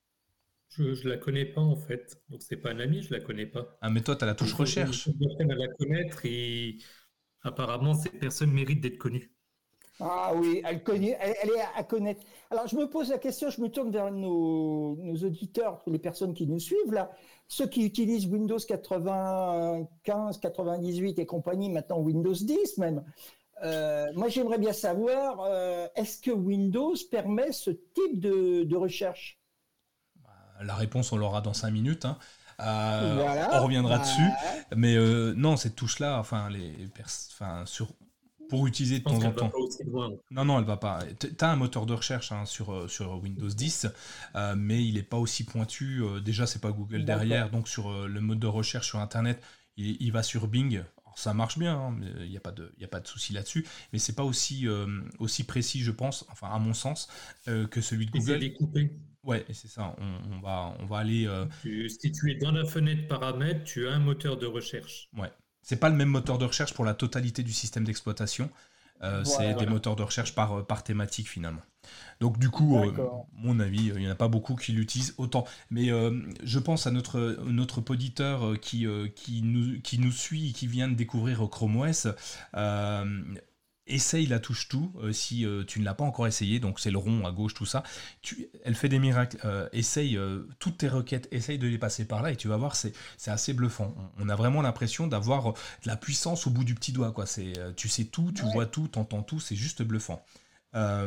Speaker 2: Je la connais pas en fait, donc c'est pas un ami, je la connais pas.
Speaker 1: Ah, mais toi, tu as la
Speaker 2: Il
Speaker 1: touche
Speaker 2: faut que
Speaker 1: recherche.
Speaker 2: j'apprenne à la connaître et apparemment cette personne mérite d'être connue.
Speaker 3: Ah oui, elle est à connaître. Alors, je me pose la question, je me tourne vers nos auditeurs, les personnes qui nous suivent là, ceux qui utilisent Windows 95, 98 et compagnie, maintenant Windows 10 même. Moi, j'aimerais bien savoir, est-ce que Windows permet ce type de recherche?
Speaker 1: La réponse, on l'aura dans 5 minutes. Hein. On
Speaker 3: Voilà.
Speaker 1: reviendra
Speaker 3: Bah,
Speaker 1: dessus. Mais non, cette touche-là, pour utiliser
Speaker 2: Je
Speaker 1: de
Speaker 2: pense
Speaker 1: temps en
Speaker 2: qu'elle va
Speaker 1: temps.
Speaker 2: pas aussi loin.
Speaker 1: Non, elle va pas. T'as un moteur de recherche, hein, sur Windows 10, mais il n'est pas aussi pointu. Déjà, c'est pas Google derrière,
Speaker 3: d'accord.
Speaker 1: donc sur le mode de recherche sur Internet, il va sur Bing. Alors, ça marche bien, hein, il n'y a pas de souci là-dessus, mais c'est pas aussi précis, je pense, enfin à mon sens, que celui de
Speaker 2: Et c'est
Speaker 1: Google.
Speaker 2: découpé.
Speaker 1: Ouais, et c'est ça. On va aller.
Speaker 2: Si tu es dans la fenêtre paramètres, tu as un moteur de recherche.
Speaker 1: Ouais. C'est pas le même moteur de recherche pour la totalité du système d'exploitation. C'est des
Speaker 3: Voilà.
Speaker 1: moteurs de recherche par thématique finalement. Donc du coup,
Speaker 3: D'accord.
Speaker 1: mon avis, il n'y en a pas beaucoup qui l'utilisent autant. Mais je pense à notre poditeur qui nous suit et qui vient de découvrir Chrome OS. Essaye la touche tout si tu ne l'as pas encore essayé, donc c'est le rond à gauche, tout ça. Elle fait des miracles. Essaye toutes tes requêtes, essaye de les passer par là et tu vas voir, c'est assez bluffant. On a vraiment l'impression d'avoir de la puissance au bout du petit doigt, quoi. Tu sais tout, tu vois tout, t'entends tout, c'est juste bluffant.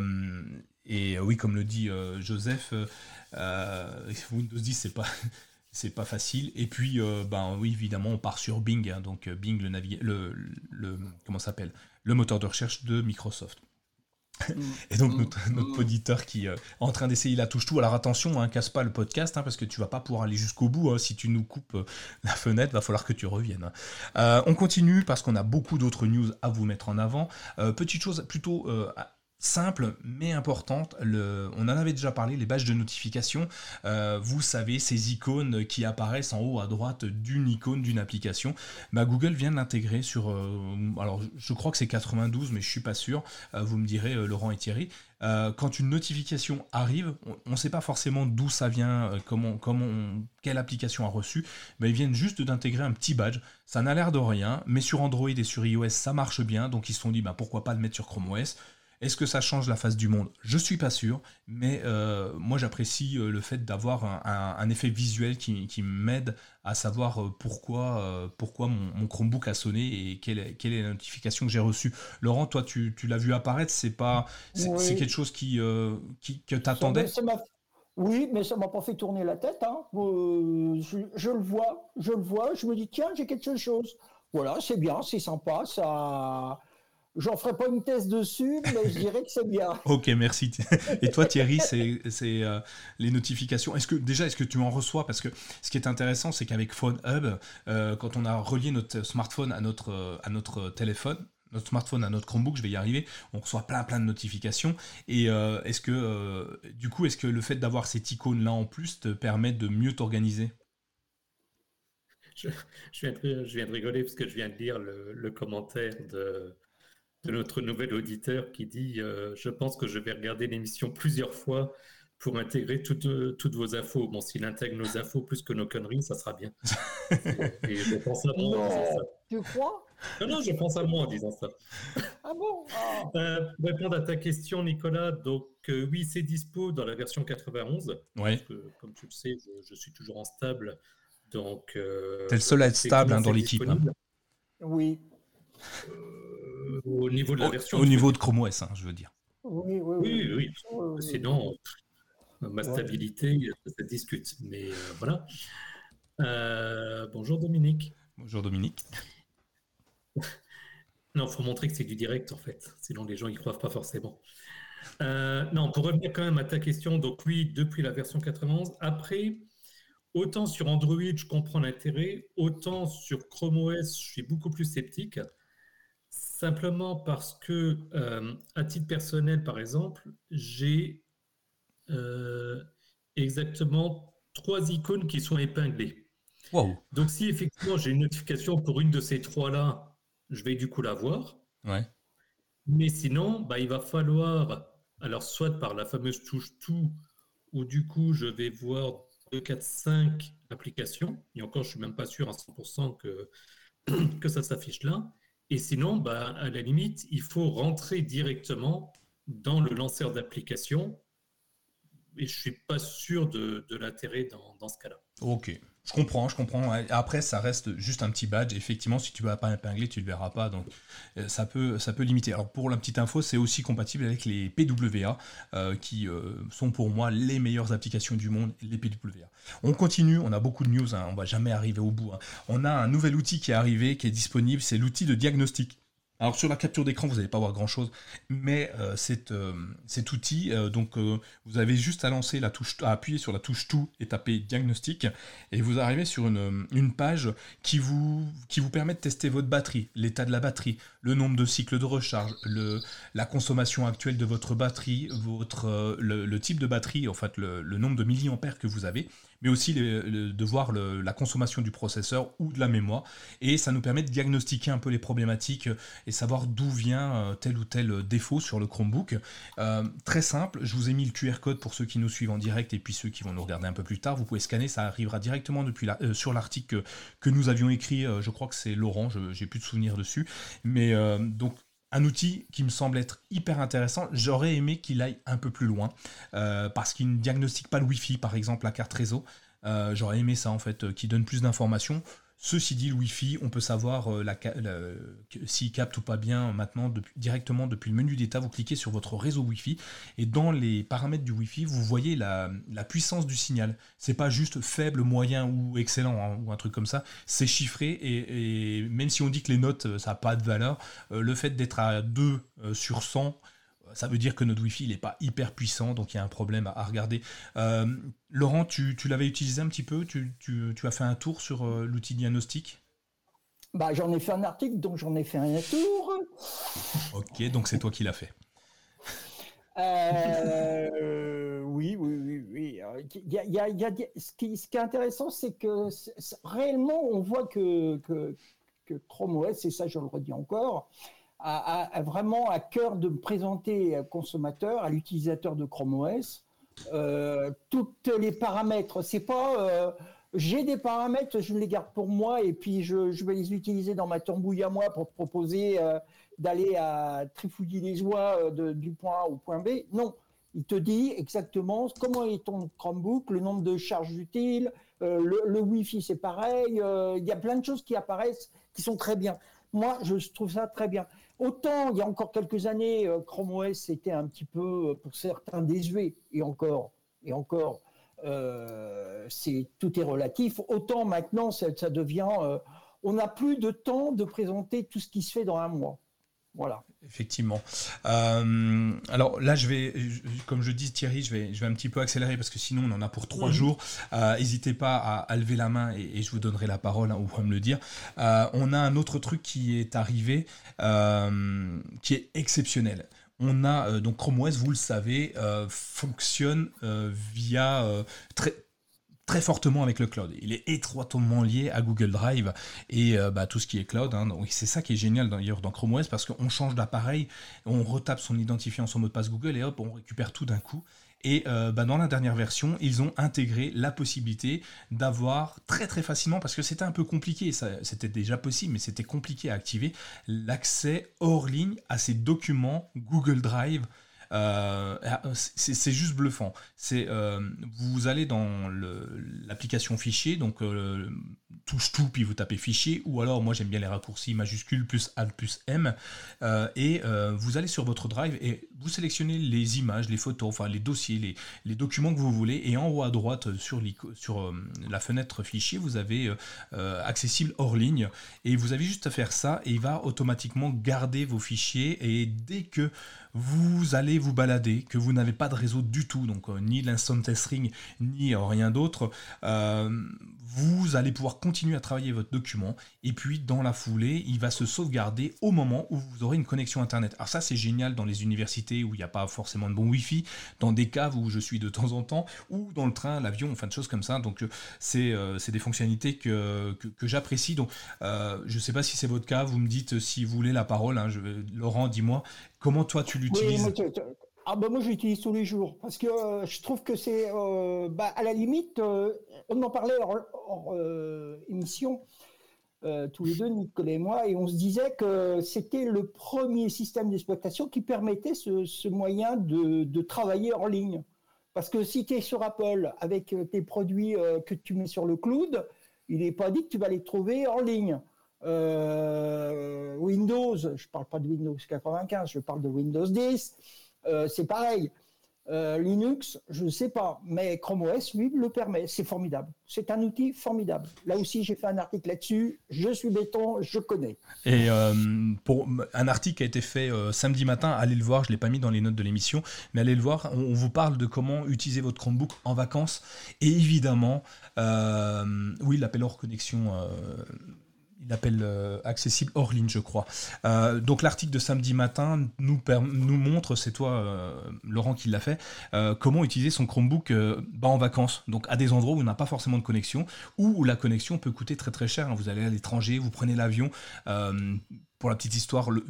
Speaker 1: Oui, comme le dit Joseph, Windows 10, c'est pas facile. Et puis, oui, évidemment, on part sur Bing, hein, donc Bing, comment ça s'appelle, le moteur de recherche de Microsoft. Et donc notre auditeur qui est en train d'essayer la touche tout. Alors attention, hein, casse pas le podcast, hein, parce que tu vas pas pouvoir aller jusqu'au bout. Hein. Si tu nous coupes la fenêtre, va falloir que tu reviennes. On continue parce qu'on a beaucoup d'autres news à vous mettre en avant. Petite chose plutôt simple mais importante, on en avait déjà parlé, les badges de notification. Vous savez, ces icônes qui apparaissent en haut à droite d'une icône d'une application. Google vient de l'intégrer sur... alors, je crois que c'est 92, mais je suis pas sûr. Vous me direz, Laurent et Thierry. Quand une notification arrive, on ne sait pas forcément d'où ça vient, quelle application a reçu, mais ils viennent juste d'intégrer un petit badge. Ça n'a l'air de rien, mais sur Android et sur iOS, ça marche bien, donc ils se sont dit pourquoi pas le mettre sur Chrome OS. Est-ce que ça change la face du monde ? Je suis pas sûr, mais moi j'apprécie le fait d'avoir un effet visuel qui m'aide à savoir pourquoi mon Chromebook a sonné et quelle est la notification que j'ai reçue. Laurent, toi tu l'as vu apparaître, c'est quelque chose que t'attendais ?
Speaker 3: Oui, mais ça m'a pas fait tourner la tête. Hein. Je le vois, je me dis tiens, j'ai quelque chose. Voilà, c'est bien, c'est sympa, ça. J'en ferai pas une thèse dessus, mais je dirais que c'est bien.
Speaker 1: Ok, merci. Et toi, Thierry, c'est les notifications. Est-ce que tu en reçois ? Parce que ce qui est intéressant, c'est qu'avec Phone Hub, quand on a relié notre smartphone à notre téléphone, notre smartphone à notre Chromebook, je vais y arriver, on reçoit plein de notifications. Et est-ce que le fait d'avoir cette icône-là en plus te permet de mieux t'organiser ?
Speaker 2: Je viens de rigoler parce que je viens de lire le commentaire de notre nouvel auditeur qui dit je pense que je vais regarder l'émission plusieurs fois pour intégrer toutes vos infos. Bon, s'il intègre nos infos plus que nos conneries, ça sera bien. Et je pense à moi en disant ça.
Speaker 3: Tu crois ?
Speaker 2: Non, je pense à moi en disant ça.
Speaker 3: Ah bon ?
Speaker 2: Pour répondre à ta question, Nicolas, donc oui, c'est dispo dans la version 91.
Speaker 1: Ouais.
Speaker 2: Parce que, comme tu le sais, je suis toujours en stable. Donc,
Speaker 1: t'es le seul à être stable dans l'équipe. Hein.
Speaker 3: Oui.
Speaker 2: Au niveau de la version.
Speaker 1: Au niveau de Chrome OS, je veux dire.
Speaker 2: Oui. Sinon, ma stabilité, ça discute. Mais voilà. Bonjour Dominique.
Speaker 1: Bonjour Dominique.
Speaker 2: Non, il faut montrer que c'est du direct en fait. Sinon, les gens y croient pas forcément. Non, pour revenir quand même à ta question, donc oui, depuis la version 91. Après, autant sur Android, je comprends l'intérêt, autant sur Chrome OS, je suis beaucoup plus sceptique. Simplement parce que, à titre personnel, par exemple, j'ai exactement 3 icônes qui sont épinglées.
Speaker 1: Wow.
Speaker 2: Donc, si effectivement j'ai une notification pour une de ces 3-là, je vais du coup la voir.
Speaker 1: Ouais.
Speaker 2: Mais sinon, il va falloir, alors soit par la fameuse touche tout, où du coup je vais voir 2, 4, 5 applications. Et encore, je ne suis même pas sûr à 100% que ça s'affiche là. Et sinon, à la limite, il faut rentrer directement dans le lanceur d'application. Et je ne suis pas sûr de l'intérêt dans ce cas-là.
Speaker 1: Ok, je comprends. Après, ça reste juste un petit badge. Effectivement, si tu ne vas pas épingler, tu ne le verras pas. Donc, ça peut limiter. Alors, pour la petite info, c'est aussi compatible avec les PWA, qui sont pour moi les meilleures applications du monde, les PWA. On continue, on a beaucoup de news, on ne va jamais arriver au bout. On a un nouvel outil qui est arrivé, qui est disponible, c'est l'outil de diagnostic. Alors sur la capture d'écran, vous n'allez pas voir grand-chose, mais cet outil, vous avez juste à appuyer sur la touche tout et taper diagnostic, et vous arrivez sur une page qui vous permet de tester votre batterie, l'état de la batterie, le nombre de cycles de recharge, la consommation actuelle de votre batterie, le type de batterie, en fait le nombre de milliampères que vous avez, mais aussi de voir la consommation du processeur ou de la mémoire. Et ça nous permet de diagnostiquer un peu les problématiques et savoir d'où vient tel ou tel défaut sur le Chromebook. Très simple, je vous ai mis le QR code pour ceux qui nous suivent en direct et puis ceux qui vont nous regarder un peu plus tard. Vous pouvez scanner, ça arrivera directement sur l'article que nous avions écrit. Je crois que c'est Laurent, j'ai plus de souvenirs dessus. Mais donc, un outil qui me semble être hyper intéressant. J'aurais aimé qu'il aille un peu plus loin parce qu'il ne diagnostique pas le Wi-Fi, par exemple, la carte réseau. J'aurais aimé ça, en fait, qui donne plus d'informations. Ceci dit, le Wi-Fi, on peut savoir s'il capte ou pas bien maintenant directement depuis le menu d'état. Vous cliquez sur votre réseau Wi-Fi et dans les paramètres du Wi-Fi, vous voyez la puissance du signal. C'est pas juste faible, moyen ou excellent hein, ou un truc comme ça. C'est chiffré et même si on dit que les notes, ça n'a pas de valeur, le fait d'être à 2 sur 100, ça veut dire que notre Wi-Fi n'est pas hyper puissant, donc il y a un problème à regarder. Laurent, tu l'avais utilisé un petit peu, tu as fait un tour sur l'outil diagnostic?
Speaker 3: J'en ai fait un article, donc j'en ai fait un tour.
Speaker 1: Ok, donc c'est toi qui l'as fait.
Speaker 3: Oui. Ce qui est intéressant, c'est que réellement, on voit que Chrome OS, et ça je le redis encore, a vraiment à cœur de présenter au consommateur, à l'utilisateur de Chrome OS, tous les paramètres. C'est pas j'ai des paramètres, je les garde pour moi et puis je vais les utiliser dans ma tambouille à moi pour proposer d'aller à trifouiller les oies du point A au point B. Non, il te dit exactement comment est ton Chromebook, le nombre de charges utiles, le Wi-Fi c'est pareil, il y a plein de choses qui apparaissent qui sont très bien. Moi, je trouve ça très bien. Autant, il y a encore quelques années, Chrome OS était un petit peu, pour certains, désuet, et encore, tout est relatif. Autant maintenant, ça devient, on n'a plus de temps de présenter tout ce qui se fait dans un mois. Voilà.
Speaker 1: Effectivement. Alors là, comme je dis Thierry, je vais un petit peu accélérer parce que sinon on en a pour 3 jours. N'hésitez pas à lever la main et je vous donnerai la parole, hein, ou à me le dire. On a un autre truc qui est arrivé, qui est exceptionnel. On a donc Chrome OS, vous le savez, fonctionne via très fortement avec le cloud. Il est étroitement lié à Google Drive et tout ce qui est cloud. Hein. Donc c'est ça qui est génial d'ailleurs dans Chrome OS parce qu'on change d'appareil, on retape son identifiant, son mot de passe Google et hop, on récupère tout d'un coup. Et dans la dernière version, ils ont intégré la possibilité d'avoir très très facilement, parce que c'était un peu compliqué, c'était déjà possible, mais c'était compliqué à activer, l'accès hors ligne à ces documents Google Drive. C'est juste bluffant. Vous allez dans l'application fichier, donc touche tout, puis vous tapez fichier, ou alors moi j'aime bien les raccourcis majuscules plus Alt plus M, et vous allez sur votre drive et vous sélectionnez les images, les photos, enfin les dossiers, les documents que vous voulez, et en haut à droite sur la fenêtre fichier, vous avez accessible hors ligne, et vous avez juste à faire ça, et il va automatiquement garder vos fichiers, et dès que vous allez vous balader, que vous n'avez pas de réseau du tout, donc ni l'instant testring, ni rien d'autre, vous allez pouvoir continuer à travailler votre document, et puis dans la foulée, il va se sauvegarder au moment où vous aurez une connexion Internet. Alors ça, c'est génial dans les universités où il n'y a pas forcément de bon Wi-Fi, dans des caves où je suis de temps en temps, ou dans le train, l'avion, enfin de choses comme ça. Donc c'est des fonctionnalités que j'apprécie. Donc je ne sais pas si c'est votre cas, vous me dites si vous voulez la parole, hein, Laurent, dis-moi. Comment toi tu l'utilises?
Speaker 3: Moi je l'utilise tous les jours parce que je trouve que c'est à la limite on en parlait hors émission tous les deux, Nicolas et moi, et on se disait que c'était le premier système d'exploitation qui permettait ce moyen de travailler hors ligne. Parce que si tu es sur Apple avec tes produits que tu mets sur le cloud, il n'est pas dit que tu vas les trouver hors ligne. Windows, je ne parle pas de Windows 95, je parle de Windows 10, c'est pareil. Linux, je ne sais pas, mais Chrome OS, lui, le permet. C'est formidable. C'est un outil formidable. Là aussi, j'ai fait un article là-dessus. Je suis béton, je connais.
Speaker 1: Et pour un article qui a été fait samedi matin, allez le voir, je ne l'ai pas mis dans les notes de l'émission, mais allez le voir, on vous parle de comment utiliser votre Chromebook en vacances. Et évidemment, oui, l'appel hors connexion... il appelle accessible hors ligne, je crois. Donc l'article de samedi matin nous montre, c'est toi Laurent qui l'a fait, comment utiliser son Chromebook en vacances, donc à des endroits où on n'a pas forcément de connexion, ou où la connexion peut coûter très très cher. Vous allez à l'étranger, vous prenez l'avion, pour la petite histoire,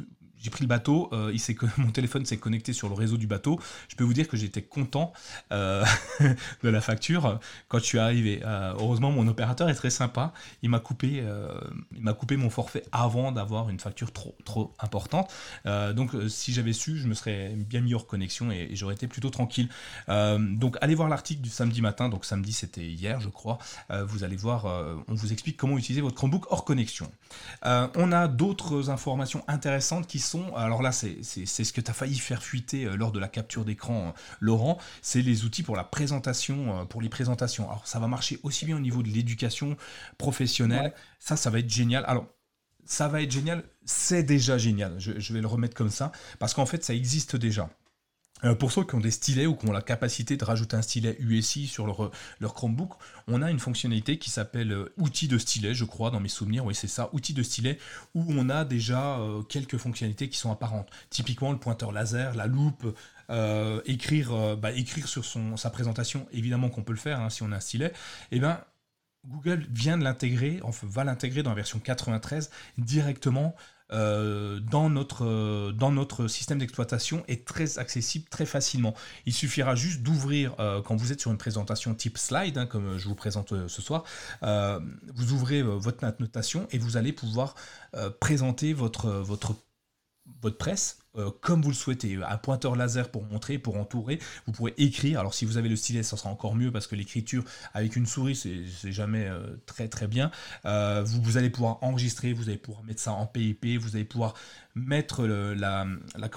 Speaker 1: j'ai pris le bateau, mon téléphone s'est connecté sur le réseau du bateau. Je peux vous dire que j'étais content de la facture quand je suis arrivé. Heureusement, mon opérateur est très sympa. Il m'a coupé mon forfait avant d'avoir une facture trop importante. Donc, si j'avais su, je me serais bien mis hors connexion et j'aurais été plutôt tranquille. Donc, allez voir l'article du samedi matin. Donc, samedi, c'était hier, je crois. Vous allez voir, on vous explique comment utiliser votre Chromebook hors connexion. On a d'autres informations intéressantes qui sont, alors là c'est ce que tu as failli faire fuiter lors de la capture d'écran, Laurent, c'est les outils pour la présentation, pour les présentations. Alors ça va marcher aussi bien au niveau de l'éducation professionnelle, ouais. Ça va être génial. Alors ça va être génial, c'est déjà génial, je vais le remettre comme ça, parce qu'en fait ça existe déjà. Pour ceux qui ont des stylets ou qui ont la capacité de rajouter un stylet USI sur leur Chromebook, on a une fonctionnalité qui s'appelle outils de stylet, je crois, dans mes souvenirs, oui c'est ça, outils de stylet, où on a déjà quelques fonctionnalités qui sont apparentes. Typiquement le pointeur laser, la loupe, écrire sur sa présentation, évidemment qu'on peut le faire si on a un stylet, et bien Google va l'intégrer dans la version 93 directement dans notre système d'exploitation est très accessible très facilement. Il suffira juste d'ouvrir, quand vous êtes sur une présentation type slide, comme je vous présente ce soir, vous ouvrez votre notation et vous allez pouvoir présenter votre presse comme vous le souhaitez. Un pointeur laser pour montrer, pour entourer. Vous pourrez écrire. Alors si vous avez le stylet, ça sera encore mieux parce que l'écriture avec une souris, c'est jamais très très bien. Vous allez pouvoir enregistrer, vous allez pouvoir mettre ça en PIP, vous allez pouvoir mettre la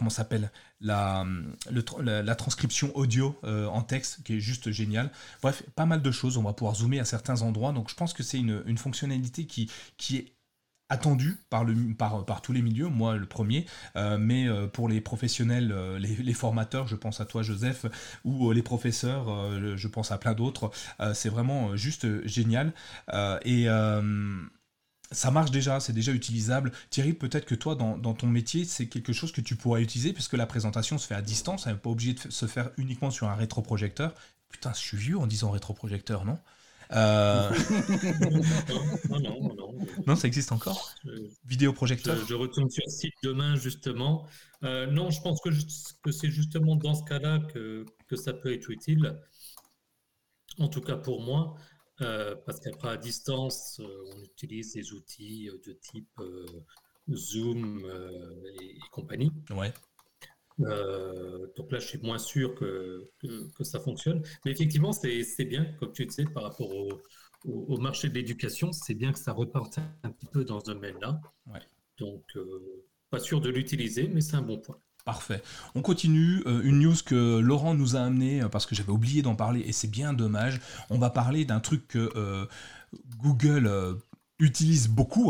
Speaker 1: transcription audio en texte qui est juste génial. Bref, pas mal de choses. On va pouvoir zoomer à certains endroits. Donc je pense que c'est une fonctionnalité qui est attendu par tous les milieux, moi le premier, mais pour les professionnels, les formateurs, je pense à toi Joseph, ou les professeurs, je pense à plein d'autres, c'est vraiment juste génial. Ça marche déjà, c'est déjà utilisable. Thierry, peut-être que toi, dans ton métier, c'est quelque chose que tu pourras utiliser, puisque la présentation se fait à distance, elle n'est pas obligée de se faire uniquement sur un rétroprojecteur. Putain, je suis vieux en disant rétroprojecteur, non ? Non. Non, ça existe encore ? Vidéoprojecteur ?
Speaker 2: Je retourne sur le site demain, justement. Non, je pense que c'est justement dans ce cas-là que ça peut être utile. En tout cas pour moi, parce qu'après, à distance, on utilise des outils de type Zoom et compagnie.
Speaker 1: Ouais.
Speaker 2: Donc là, je suis moins sûr que ça fonctionne. Mais effectivement, c'est bien, comme tu disais, par rapport au marché de l'éducation, c'est bien que ça reparte un petit peu dans ce domaine-là.
Speaker 1: Ouais.
Speaker 2: Donc, pas sûr de l'utiliser, mais c'est un bon point.
Speaker 1: Parfait. On continue. Une news que Laurent nous a amenée, parce que j'avais oublié d'en parler, et c'est bien dommage. On va parler d'un truc que Google utilise beaucoup,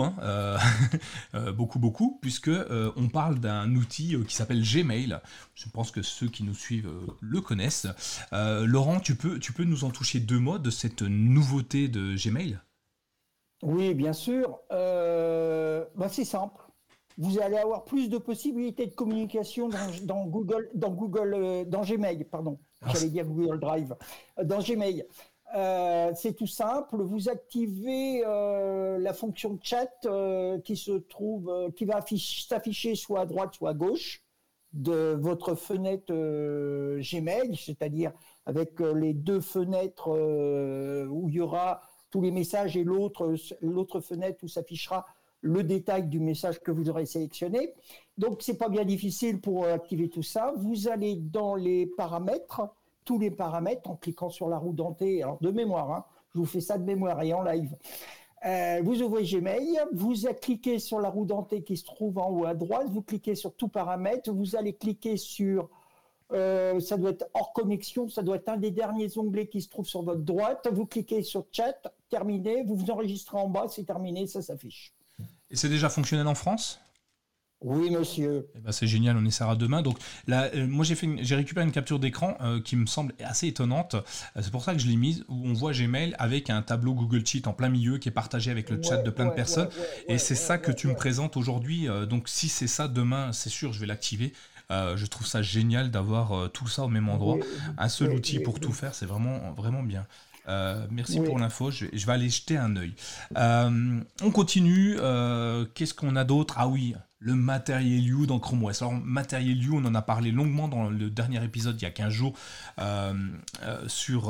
Speaker 1: beaucoup, puisque on parle d'un outil qui s'appelle Gmail. Je pense que ceux qui nous suivent le connaissent. Laurent, tu peux nous en toucher deux mots de cette nouveauté de Gmail ?
Speaker 3: Oui, bien sûr. C'est simple. Vous allez avoir plus de possibilités de communication dans Gmail, pardon. J'allais dire Google Drive. Dans Gmail. C'est tout simple. Vous activez la fonction chat qui va s'afficher soit à droite, soit à gauche de votre fenêtre Gmail, c'est-à-dire avec les deux fenêtres où il y aura tous les messages et l'autre fenêtre où s'affichera le détail du message que vous aurez sélectionné. Donc, c'est pas bien difficile pour activer tout ça. Vous allez dans les paramètres, tous les paramètres, en cliquant sur la roue dentée. Alors, de mémoire, je vous fais ça de mémoire et en live. Vous ouvrez Gmail, vous cliquez sur la roue dentée qui se trouve en haut à droite, vous cliquez sur tout paramètre, vous allez cliquer sur, ça doit être hors connexion, ça doit être un des derniers onglets qui se trouve sur votre droite, vous cliquez sur chat, terminé, vous vous enregistrez en bas, c'est terminé, ça s'affiche.
Speaker 1: Et c'est déjà fonctionnel en France ?
Speaker 3: Oui, monsieur.
Speaker 1: Eh ben, c'est génial, on essaiera demain. Donc là, moi j'ai récupéré une capture d'écran qui me semble assez étonnante. C'est pour ça que je l'ai mise, où on voit Gmail avec un tableau Google Sheet en plein milieu qui est partagé avec le chat de plein de personnes. Et c'est ça que tu me présentes aujourd'hui. Donc si c'est ça demain, c'est sûr, je vais l'activer. Je trouve ça génial d'avoir tout ça au même endroit. Un seul outil pour tout faire, c'est vraiment, vraiment bien. Merci pour l'info, je vais aller jeter un œil. On continue, qu'est-ce qu'on a d'autre ? Ah oui, le Material You dans Chrome OS. Alors Material You, on en a parlé longuement dans le dernier épisode il y a 15 jours sur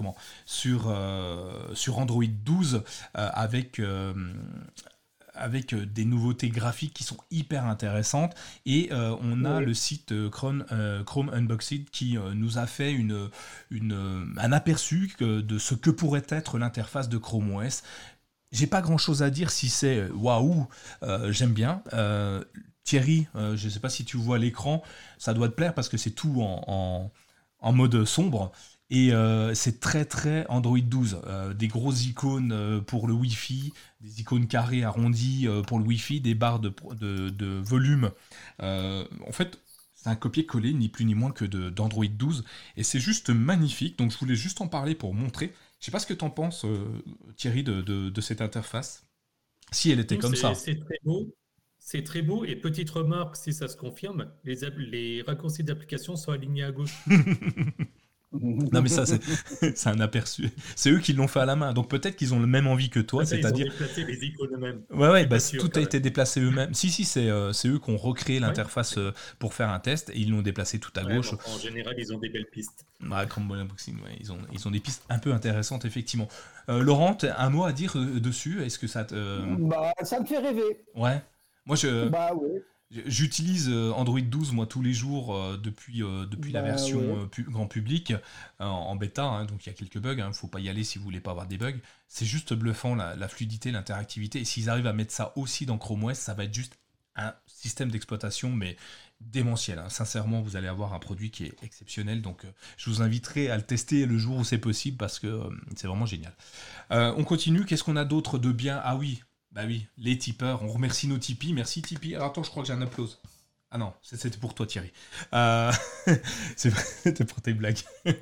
Speaker 1: Android 12 avec des nouveautés graphiques qui sont hyper intéressantes et on a le site Chrome Unboxed qui nous a fait un aperçu de ce que pourrait être l'interface de Chrome OS. J'ai pas grand chose à dire si c'est waouh, j'aime bien. Thierry, je ne sais pas si tu vois l'écran, ça doit te plaire parce que c'est tout en mode sombre. Et c'est très très Android 12, des grosses icônes pour le Wi-Fi, des icônes carrées arrondies pour le Wi-Fi, des barres de volume. En fait, c'est un copier-coller, ni plus ni moins que d'Android 12, et c'est juste magnifique, donc je voulais juste en parler pour montrer. Je sais pas ce que tu en penses, Thierry, de cette interface, si elle était comme ça.
Speaker 2: C'est très beau. C'est très beau, et petite remarque, si ça se confirme, les raccourcis d'application sont alignés à gauche.
Speaker 1: Non mais ça c'est un aperçu. C'est eux qui l'ont fait à la main, donc peut-être qu'ils ont le même envie que toi, c'est-à-dire
Speaker 2: ils ont déplacé les icônes eux-mêmes.
Speaker 1: Ouais, tout a été déplacé eux-mêmes. Si, c'est eux qui ont recréé l'interface pour faire un test et ils l'ont déplacé tout à gauche.
Speaker 2: En général, ils ont des belles pistes.
Speaker 1: Chrome Unboxing, ils ont des pistes un peu intéressantes effectivement. Laurent, un mot à dire dessus ? Est-ce que ça te
Speaker 3: ça me fait rêver.
Speaker 1: Ouais. Moi
Speaker 3: ouais.
Speaker 1: J'utilise Android 12 moi tous les jours depuis la version grand public en bêta, hein, donc il y a quelques bugs, hein, faut pas y aller si vous voulez pas avoir des bugs. C'est juste bluffant la fluidité, l'interactivité, et s'ils arrivent à mettre ça aussi dans Chrome OS, ça va être juste un système d'exploitation mais démentiel, hein. Sincèrement, vous allez avoir un produit qui est exceptionnel, donc je vous inviterai à le tester le jour où c'est possible parce que c'est vraiment génial. On continue, qu'est-ce qu'on a d'autre de bien ? Ah oui, bah oui, les tipeurs, on remercie nos Tipeee, merci Tipeee. Alors attends, je crois que j'ai un applause. Ah non, c'était pour toi Thierry. C'était pour tes blagues.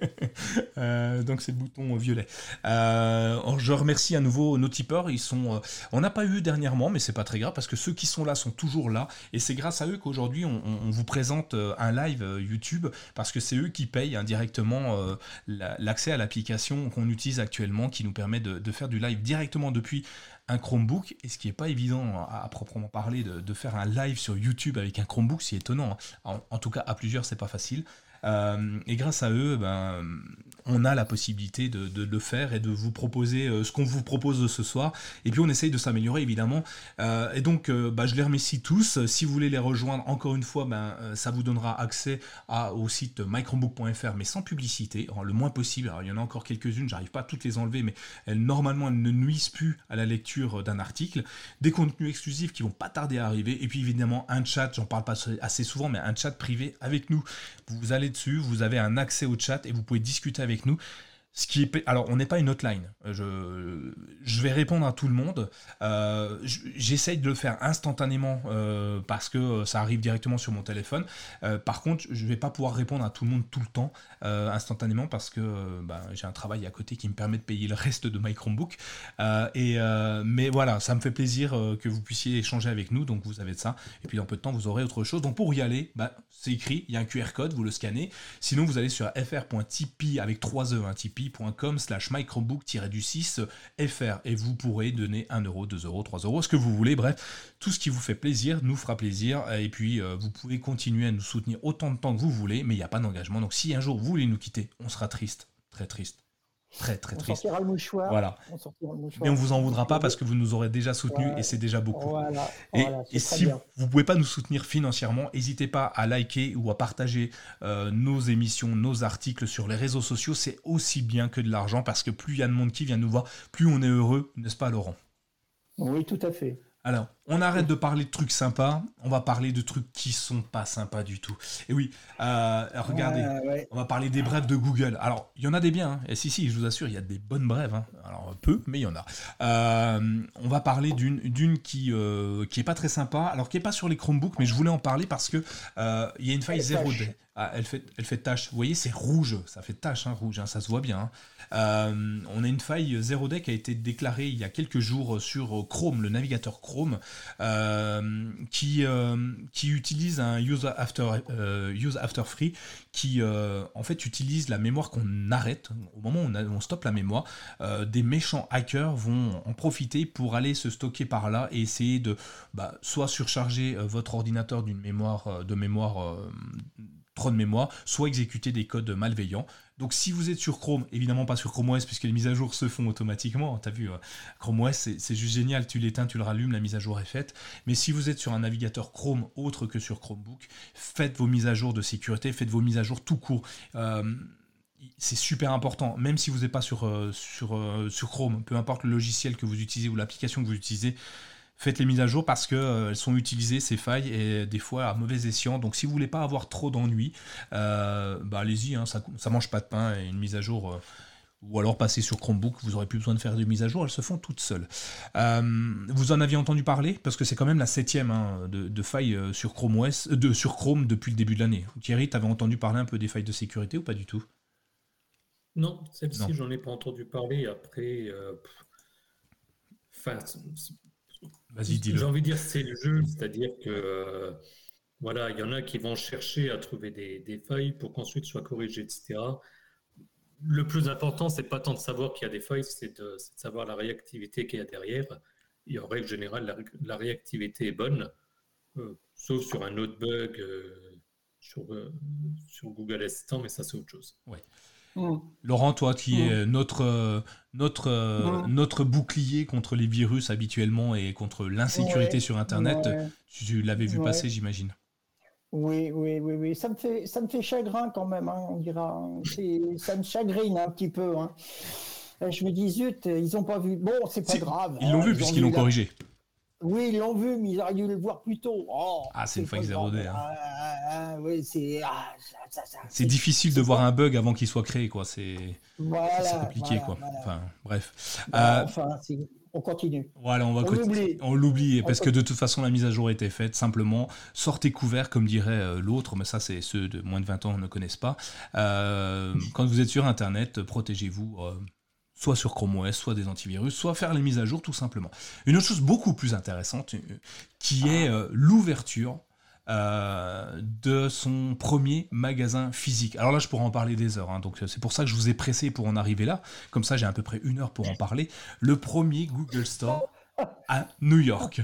Speaker 1: Donc c'est le bouton violet. Je remercie à nouveau nos tipeurs. On n'a pas eu dernièrement, mais c'est pas très grave parce que ceux qui sont là sont toujours là. Et c'est grâce à eux qu'aujourd'hui on vous présente un live YouTube parce que c'est eux qui payent indirectement l'accès à l'application qu'on utilise actuellement qui nous permet de faire du live directement depuis un Chromebook, et ce qui n'est pas évident à proprement parler de faire un live sur YouTube avec un Chromebook, c'est étonnant, hein. En tout cas à plusieurs c'est pas facile, et grâce à eux on a la possibilité de le faire et de vous proposer ce qu'on vous propose ce soir, et puis on essaye de s'améliorer évidemment, et donc je les remercie tous. Si vous voulez les rejoindre, encore une fois, ça vous donnera accès au site mychromebook.fr mais sans publicité, le moins possible. Alors il y en a encore quelques-unes, j'arrive pas à toutes les enlever, mais normalement elles ne nuisent plus à la lecture d'un article, des contenus exclusifs qui vont pas tarder à arriver, et puis évidemment un chat, j'en parle pas assez souvent, mais un chat privé avec nous. Vous allez dessus, vous avez un accès au chat et vous pouvez discuter avec nous. Alors, on n'est pas une hotline. Je vais répondre à tout le monde. J'essaye de le faire instantanément parce que ça arrive directement sur mon téléphone. Par contre, je ne vais pas pouvoir répondre à tout le monde tout le temps instantanément parce que j'ai un travail à côté qui me permet de payer le reste de my Chromebook. Mais voilà, ça me fait plaisir que vous puissiez échanger avec nous. Donc, vous avez de ça. Et puis, dans peu de temps, vous aurez autre chose. Donc, pour y aller, c'est écrit. Il y a un QR code, vous le scannez. Sinon, vous allez sur fr.tipeee avec 3 E, tipeee.com/mychromebook-6fr et vous pourrez donner 1 euro, 2 euros, 3 euros, ce que vous voulez. Bref, tout ce qui vous fait plaisir nous fera plaisir. Et puis, vous pouvez continuer à nous soutenir autant de temps que vous voulez, mais il n'y a pas d'engagement. Donc, si un jour vous voulez nous quitter, on sera triste. Très triste. Très très triste.
Speaker 3: On sortira le mouchoir.
Speaker 1: Voilà. Mais on vous en voudra pas parce que vous nous aurez déjà soutenus et c'est déjà beaucoup. Et si vous pouvez pas nous soutenir financièrement, n'hésitez pas à liker ou à partager nos émissions, nos articles sur les réseaux sociaux. C'est aussi bien que de l'argent parce que plus il y a de monde qui vient nous voir, plus on est heureux, n'est-ce pas Laurent ?
Speaker 3: Oui, tout à fait.
Speaker 1: Alors, on arrête de parler de trucs sympas, on va parler de trucs qui sont pas sympas du tout. Et oui, regardez, on va parler des brèves de Google. Alors, il y en a des biens, hein. Et si, je vous assure, il y a des bonnes brèves, hein. Alors, peu, mais il y en a. On va parler d'une qui est pas très sympa, alors qui est pas sur les Chromebooks, mais je voulais en parler parce que il y a une faille 0D. Ah, elle fait tache. Vous voyez, c'est rouge, ça fait tache, hein, rouge, hein, ça se voit bien. Hein. On a une faille 0D qui a été déclarée il y a quelques jours sur Chrome, le navigateur Chrome, qui utilise un use after free qui en fait utilise la mémoire qu'on arrête au moment où on stoppe la mémoire. Des méchants hackers vont en profiter pour aller se stocker par là et essayer de soit surcharger votre ordinateur d'une mémoire trop de mémoire, soit exécuter des codes malveillants. Donc si vous êtes sur Chrome, évidemment pas sur Chrome OS puisque les mises à jour se font automatiquement, t'as vu, Chrome OS c'est juste génial, tu l'éteins, tu le rallumes, la mise à jour est faite. Mais si vous êtes sur un navigateur Chrome autre que sur Chromebook, faites vos mises à jour de sécurité, faites vos mises à jour tout court. C'est super important, même si vous n'êtes pas sur Chrome, peu importe le logiciel que vous utilisez ou l'application que vous utilisez, faites les mises à jour parce qu'elles sont utilisées, ces failles, et des fois à mauvais escient. Donc si vous voulez pas avoir trop d'ennuis, allez-y, ça mange pas de pain, et une mise à jour, ou alors passez sur Chromebook, vous n'aurez plus besoin de faire de mise à jour, elles se font toutes seules. Vous en aviez entendu parler, parce que c'est quand même la 7e de failles sur Chrome OS, sur Chrome depuis le début de l'année. Thierry, tu avais entendu parler un peu des failles de sécurité ou pas du tout ?
Speaker 2: Non, celle-ci, j'en ai pas entendu parler. Après,
Speaker 1: vas-y, dis-le.
Speaker 2: J'ai envie de dire c'est le jeu, c'est-à-dire que voilà, il y en a qui vont chercher à trouver des failles pour qu'ensuite soient corrigées, etc. Le plus important, c'est pas tant de savoir qu'il y a des failles, c'est de savoir la réactivité qu'il y a derrière. Et en règle générale, la réactivité est bonne, sauf sur un autre bug sur Google Assistant, mais ça c'est autre chose.
Speaker 1: Ouais. Laurent, toi qui es notre bouclier contre les virus habituellement et contre l'insécurité sur Internet, tu l'avais vu passer, j'imagine.
Speaker 3: Oui. Ça me fait chagrin quand même, on dira. Ça me chagrine un petit peu. Je me dis, zut, ils n'ont pas vu. Bon, c'est pas grave.
Speaker 1: Ils l'ont vu puisqu'ils l'ont corrigé.
Speaker 3: Oui, ils l'ont vu, mais ils auraient dû le voir plus tôt.
Speaker 1: C'est une faille 0D.
Speaker 3: Oui,
Speaker 1: c'est difficile de voir un bug avant qu'il soit créé, quoi. C'est compliqué, quoi.
Speaker 3: Voilà.
Speaker 1: Enfin, bref.
Speaker 3: On continue.
Speaker 1: Voilà, on l'oublie parce que de toute façon, la mise à jour était faite. Simplement, sortez couvert, comme dirait l'autre, mais ça, c'est ceux de moins de 20 ans ne connaissent pas. Quand vous êtes sur Internet, protégez-vous. Soit sur Chrome OS, soit des antivirus, soit faire les mises à jour tout simplement. Une autre chose beaucoup plus intéressante, qui est l'ouverture de son premier magasin physique. Alors là, je pourrais en parler des heures, donc c'est pour ça que je vous ai pressé pour en arriver là. Comme ça, j'ai à peu près 1 heure pour en parler. Le premier Google Store à New York.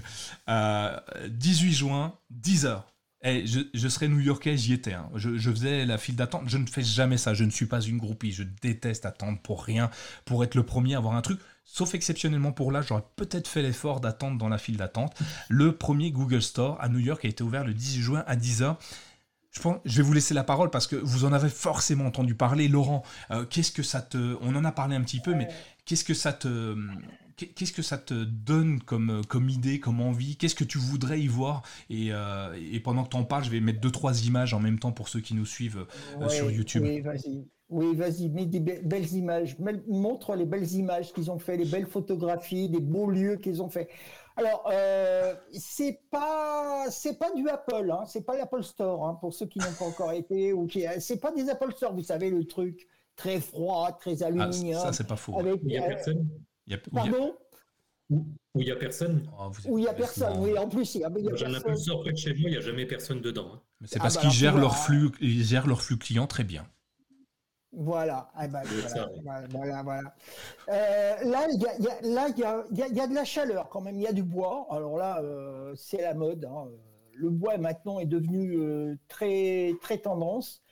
Speaker 1: 18 juin, 10h. Hey, je serais new-yorkais, j'y étais. Je faisais la file d'attente. Je ne fais jamais ça. Je ne suis pas une groupie. Je déteste attendre pour rien, pour être le premier à avoir un truc. Sauf exceptionnellement pour là, j'aurais peut-être fait l'effort d'attendre dans la file d'attente. Le premier Google Store à New York a été ouvert le 18 juin à 10h. Je vais vous laisser la parole parce que vous en avez forcément entendu parler. Laurent, qu'est-ce que ça te... On en a parlé un petit peu, mais qu'est-ce que ça te donne comme idée, comme envie? Qu'est-ce que tu voudrais y voir? Et pendant que tu en parles, je vais mettre 2-3 images en même temps pour ceux qui nous suivent sur YouTube.
Speaker 3: Oui, vas-y, mets des belles images. Montre les belles images qu'ils ont fait, les belles photographies, des beaux lieux qu'ils ont fait. Alors, c'est pas du Apple, c'est pas l'Apple Store, pour ceux qui n'ont pas encore été. C'est pas des Apple Store, vous savez, le truc très froid, très aluminium.
Speaker 1: Ça, c'est pas faux.
Speaker 2: Il n'y a personne.
Speaker 3: Pardon?
Speaker 2: Où il n'y a personne.
Speaker 3: Où il n'y a personne, oui, en plus, il y a personne.
Speaker 2: J'ai un Apple Store près de chez moi, il n'y a jamais personne dedans.
Speaker 1: Mais c'est parce qu'ils gèrent leur flux client très bien.
Speaker 3: Voilà. Voilà. Là, il y a de la chaleur quand même, il y a du bois. Alors là, c'est la mode. Le bois maintenant est devenu très, très tendance.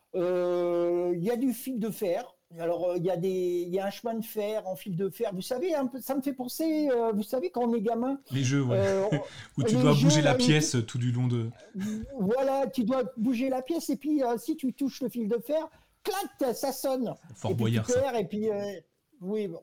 Speaker 3: Il y a du fil de fer. Alors, il y a un chemin de fer en fil de fer. Vous savez, ça me fait penser, vous savez, quand on est gamin.
Speaker 1: Les jeux, où tu dois bouger la pièce tout du long de...
Speaker 3: Voilà, tu dois bouger la pièce et puis si tu touches le fil de fer, clac, ça sonne.
Speaker 1: Fort Boyard, ça.
Speaker 3: Et puis, oui, bon,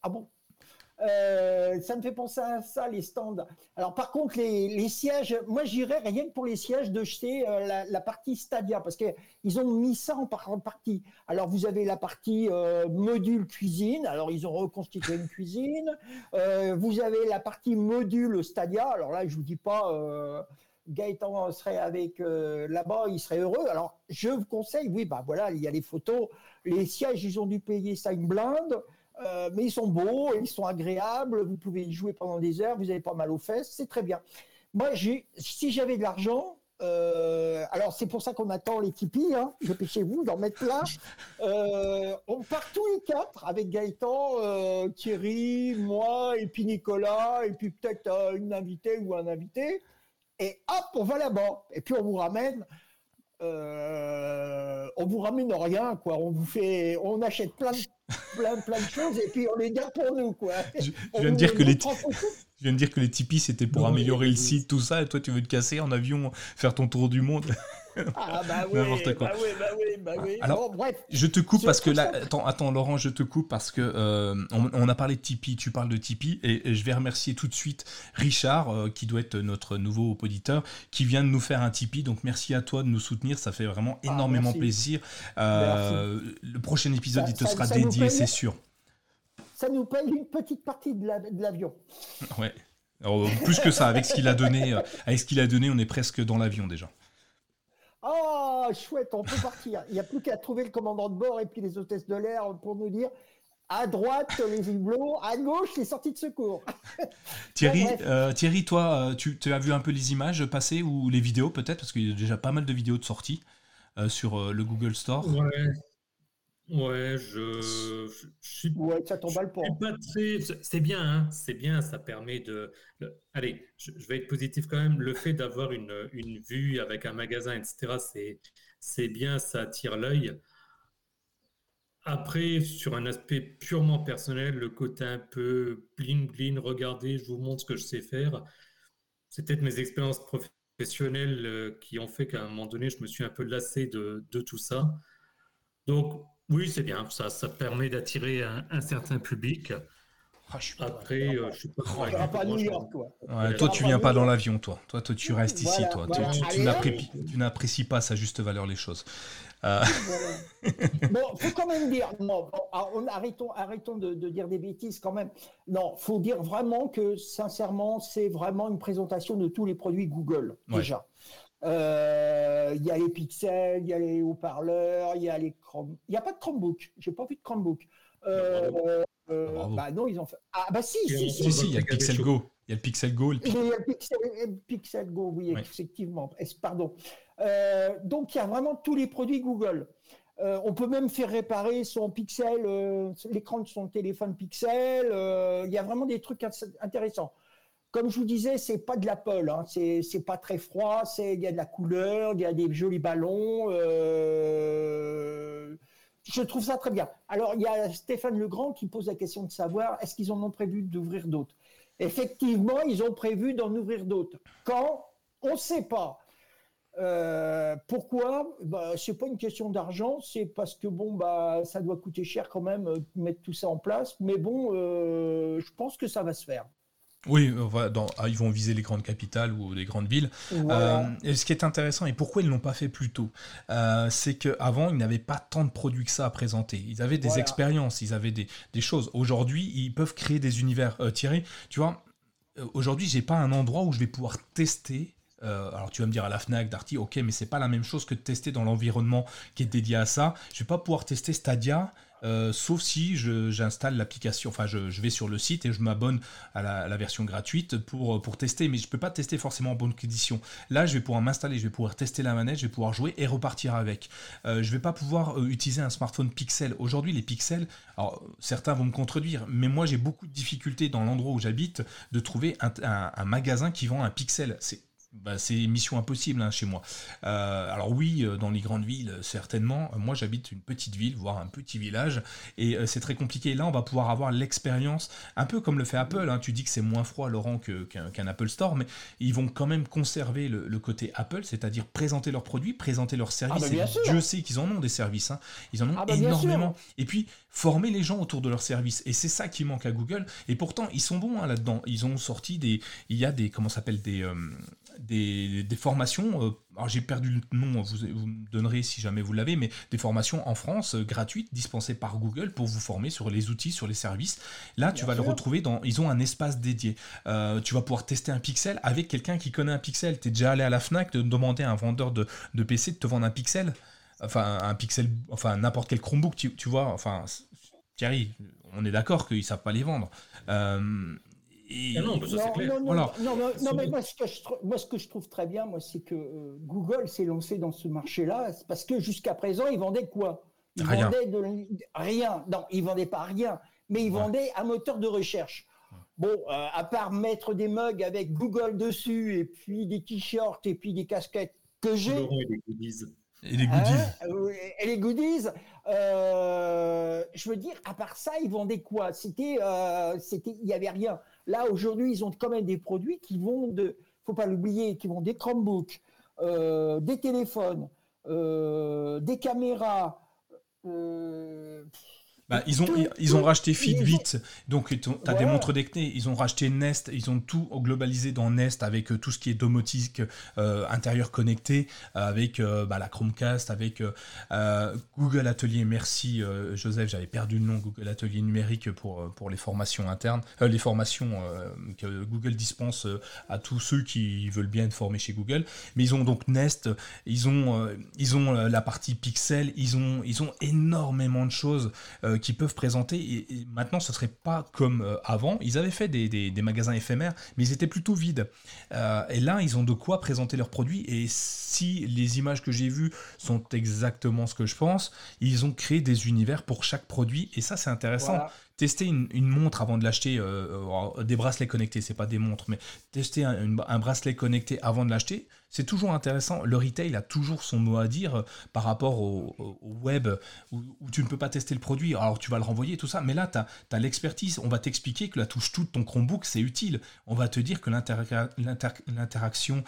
Speaker 3: ça me fait penser à ça, les stands. Alors, par contre, les sièges, moi, j'irais rien que pour les sièges de jeter la partie Stadia, parce qu'ils ont mis ça en partie. Alors, vous avez la partie module cuisine. Alors, ils ont reconstitué une cuisine. Vous avez la partie module Stadia. Alors là, je vous dis pas... Gaëtan serait avec là-bas, il serait heureux. Alors, je vous conseille, oui, voilà, il y a les photos. Les sièges, ils ont dû payer ça une blinde. mais ils sont beaux, ils sont agréables, vous pouvez y jouer pendant des heures, vous n'avez pas mal aux fesses, c'est très bien. Moi, si j'avais de l'argent, alors c'est pour ça qu'on attend les Tipeee, hein, dépêchez-vous d'en mettre plein. On part tous les 4 avec Gaëtan, Thierry, moi, et puis Nicolas, et puis peut-être une invitée ou un invité, et hop, on va là-bas. Et puis on vous ramène rien, quoi. On achète plein de choses et puis on les garde pour nous, quoi.
Speaker 1: Je viens de dire que les Tipeee c'était pour améliorer le site, tout ça, et toi tu veux te casser en avion, faire ton tour du monde.
Speaker 3: Ah bah oui,
Speaker 1: N'importe quoi.
Speaker 3: bah oui.
Speaker 1: Alors,
Speaker 3: bon, bref.
Speaker 1: je te coupe parce que là, attends Laurent, je te coupe parce que on a parlé de Tipeee, tu parles de Tipeee et je vais remercier tout de suite Richard qui doit être notre nouveau auditeur qui vient de nous faire un Tipeee, donc merci à toi de nous soutenir, ça fait vraiment énormément plaisir. Le prochain épisode il te sera dédié, c'est sûr.
Speaker 3: Ça nous paye une petite partie de l'avion.
Speaker 1: Ouais. Alors, plus que ça, avec ce qu'il a donné, on est presque dans l'avion déjà.
Speaker 3: Ah, chouette, on peut partir. Il n'y a plus qu'à trouver le commandant de bord et puis les hôtesses de l'air pour nous dire à droite les hublots, à gauche les sorties de secours.
Speaker 1: Thierry, toi, tu as vu un peu les images passer ou les vidéos peut-être, parce qu'il y a déjà pas mal de vidéos de sortie sur le Google Store.
Speaker 2: Ouais, je suis
Speaker 3: ça tombe à le pont.
Speaker 2: pas très. C'est bien, hein, c'est bien, ça permet de. Allez, je vais être positif quand même. Le fait d'avoir une vue avec un magasin, etc., c'est bien, ça attire l'œil. Après, sur un aspect purement personnel, le côté un peu bling, regardez, je vous montre ce que je sais faire. C'est peut-être mes expériences professionnelles qui ont fait qu'à un moment donné, je me suis un peu lassé de tout ça. Donc, oui, c'est bien, ça permet d'attirer un certain public. Après, je suis pas...
Speaker 3: Tu n'iras pas à New York, toi.
Speaker 1: Ouais, toi, tu viens pas dans l'avion, toi. Toi, tu restes ici, toi. Tu n'apprécies pas à sa juste valeur les choses.
Speaker 3: Bon, faut quand même dire, arrêtons de dire des bêtises quand même. Non, faut dire vraiment que, sincèrement, c'est vraiment une présentation de tous les produits Google, déjà. Il y a les pixels, il y a les haut-parleurs, il y a les Chrome. Il n'y a pas de Chromebook. J'ai pas vu de Chromebook. Bah non, ils ont fait. Ah bah si,
Speaker 1: il y a le Pixel Go. Il y a le Pixel Go.
Speaker 3: Il y a le Pixel Go, oui, effectivement. Pardon. Donc il y a vraiment tous les produits Google. On peut même faire réparer son Pixel, l'écran de son téléphone Pixel. Il y a vraiment des trucs intéressants. Comme je vous disais, c'est pas de l'Apple, hein. C'est pas très froid. Il y a de la couleur, il y a des jolis ballons. Je trouve ça très bien. Alors, il y a Stéphane Legrand qui pose la question de savoir est-ce qu'ils en ont prévu d'ouvrir d'autres. Effectivement, ils ont prévu d'en ouvrir d'autres. Quand? On ne sait pas. Pourquoi? C'est pas une question d'argent, c'est parce que ça doit coûter cher quand même mettre tout ça en place. Mais bon, je pense que ça va se faire.
Speaker 1: Oui, ils vont viser les grandes capitales ou les grandes villes. Voilà. Et ce qui est intéressant, et pourquoi ils ne l'ont pas fait plus tôt, c'est qu'avant, ils n'avaient pas tant de produits que ça à présenter. Ils avaient des expériences, ils avaient des choses. Aujourd'hui, ils peuvent créer des univers. Thierry, tu vois, aujourd'hui, j'ai pas un endroit où je vais pouvoir tester. Alors tu vas me dire à la Fnac, Darty, ok, mais c'est pas la même chose que de tester dans l'environnement qui est dédié à ça. Je vais pas pouvoir tester Stadia. Sauf si j'installe l'application, enfin je vais sur le site et je m'abonne à la version gratuite pour tester, mais je peux pas tester forcément en bonne condition. Là je vais pouvoir m'installer, je vais pouvoir tester la manette, je vais pouvoir jouer et repartir avec. Je vais pas pouvoir utiliser un smartphone Pixel. Aujourd'hui les Pixels, alors certains vont me contredire, mais moi j'ai beaucoup de difficultés dans l'endroit où j'habite de trouver un magasin qui vend un Pixel. C'est mission impossible chez moi. Alors oui, dans les grandes villes, certainement. Moi, j'habite une petite ville, voire un petit village, et c'est très compliqué. Là, on va pouvoir avoir l'expérience, un peu comme le fait Apple. Tu dis que c'est moins froid, Laurent, qu'un Apple Store, mais ils vont quand même conserver le côté Apple, c'est-à-dire présenter leurs produits, présenter leurs services. Et Dieu sait qu'ils en ont des services. Ils en ont énormément. Et puis, former les gens autour de leurs services. Et c'est ça qui manque à Google. Et pourtant, ils sont bons là-dedans. Ils ont sorti il y a des, comment ça s'appelle, des formations, alors j'ai perdu le nom, vous me donnerez si jamais vous l'avez, mais des formations en France gratuites dispensées par Google pour vous former sur les outils, sur les services. Là, tu vas le retrouver ils ont un espace dédié. Tu vas pouvoir tester un Pixel avec quelqu'un qui connaît un Pixel. Tu es déjà allé à la Fnac de demander à un vendeur de PC de te vendre un Pixel, enfin un Pixel, enfin n'importe quel Chromebook, tu vois, enfin Thierry, on est d'accord qu'ils savent pas les vendre.
Speaker 2: Non, ça c'est clair.
Speaker 3: Non, mais moi, ce que je trouve très bien, moi, c'est que Google s'est lancé dans ce marché-là, c'est parce que jusqu'à présent, ils vendaient quoi? Ils
Speaker 1: Rien.
Speaker 3: vendaient rien. Non, ils vendaient pas rien, mais ils vendaient un moteur de recherche. Bon, à part mettre des mugs avec Google dessus, et puis des t-shirts, et puis des casquettes que j'ai.
Speaker 2: Laurent et les goodies.
Speaker 1: Et les goodies.
Speaker 3: Et les goodies, je veux dire, à part ça, ils vendaient quoi? Il y avait rien. Là, aujourd'hui, ils ont quand même des produits qui vont faut pas l'oublier, qui vont des Chromebooks, des téléphones, des caméras.
Speaker 1: Ils ont racheté Fitbit, donc tu as des montres connectées. Ils ont racheté Nest, ils ont tout globalisé dans Nest avec tout ce qui est domotique intérieur connecté, avec la Chromecast, avec Google Atelier. Merci Joseph, j'avais perdu le nom. Google Atelier numérique pour les formations internes, les formations que Google dispense à tous ceux qui veulent bien être formés chez Google. Mais ils ont donc Nest, ils ont la partie Pixel, ils ont énormément de choses qui peuvent présenter, et maintenant ce serait pas comme avant. Ils avaient fait des magasins éphémères, mais ils étaient plutôt vides, et là ils ont de quoi présenter leurs produits, et si les images que j'ai vues sont exactement ce que je pense, ils ont créé des univers pour chaque produit, et ça c'est intéressant. Voilà. Tester une montre avant de l'acheter, des bracelets connectés, c'est pas des montres, mais tester un bracelet connecté avant de l'acheter, c'est toujours intéressant. Le retail a toujours son mot à dire par rapport au web, où tu ne peux pas tester le produit, alors tu vas le renvoyer, tout ça, mais là tu as l'expertise, on va t'expliquer que la touche tout de ton Chromebook c'est utile, on va te dire que l'interaction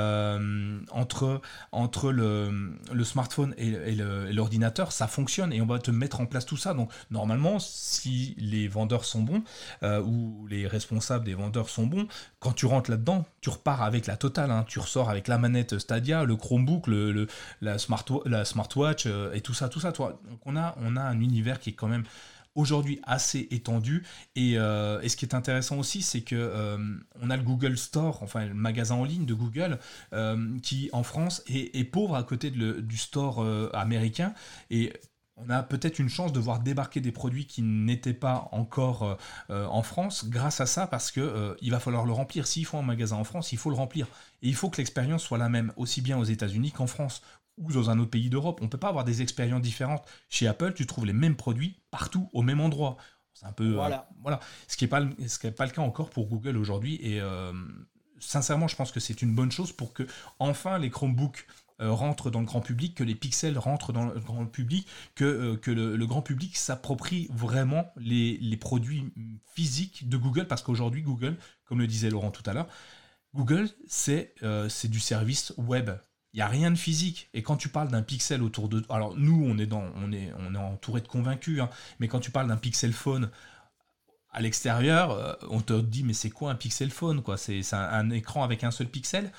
Speaker 1: entre le smartphone et l'ordinateur, ça fonctionne, et on va te mettre en place tout ça. Donc normalement, si les vendeurs sont bons, ou les responsables des vendeurs sont bons, quand tu rentres là-dedans, tu repars avec la totale, hein. Tu ressors avec la manette Stadia, le Chromebook, la smartwatch, et tout ça. Toi. Donc on a un univers qui est quand même aujourd'hui assez étendu, et ce qui est intéressant aussi, c'est que on a le Google Store, enfin le magasin en ligne de Google, qui en France est pauvre à côté du store américain, et on a peut-être une chance de voir débarquer des produits qui n'étaient pas encore en France grâce à ça, parce que il va falloir le remplir. S'il faut un magasin en France, il faut le remplir. Et il faut que l'expérience soit la même, aussi bien aux États-Unis qu'en France ou dans un autre pays d'Europe. On ne peut pas avoir des expériences différentes. Chez Apple, tu trouves les mêmes produits partout, au même endroit. C'est un peu... voilà. Ce qui n'est pas le cas encore pour Google aujourd'hui. Et sincèrement, je pense que c'est une bonne chose pour que, enfin, les Chromebooks rentrent dans le grand public, que les pixels rentrent dans le grand public, que le grand public s'approprie vraiment les produits physiques de Google, parce qu'aujourd'hui, Google, comme le disait Laurent tout à l'heure, Google, c'est du service web. Il n'y a rien de physique. Et quand tu parles d'un pixel autour de... Alors nous, on est entouré de convaincus, hein, mais quand tu parles d'un pixel phone à l'extérieur, on te dit mais c'est quoi un pixel phone, quoi? C'est un écran avec un seul pixel,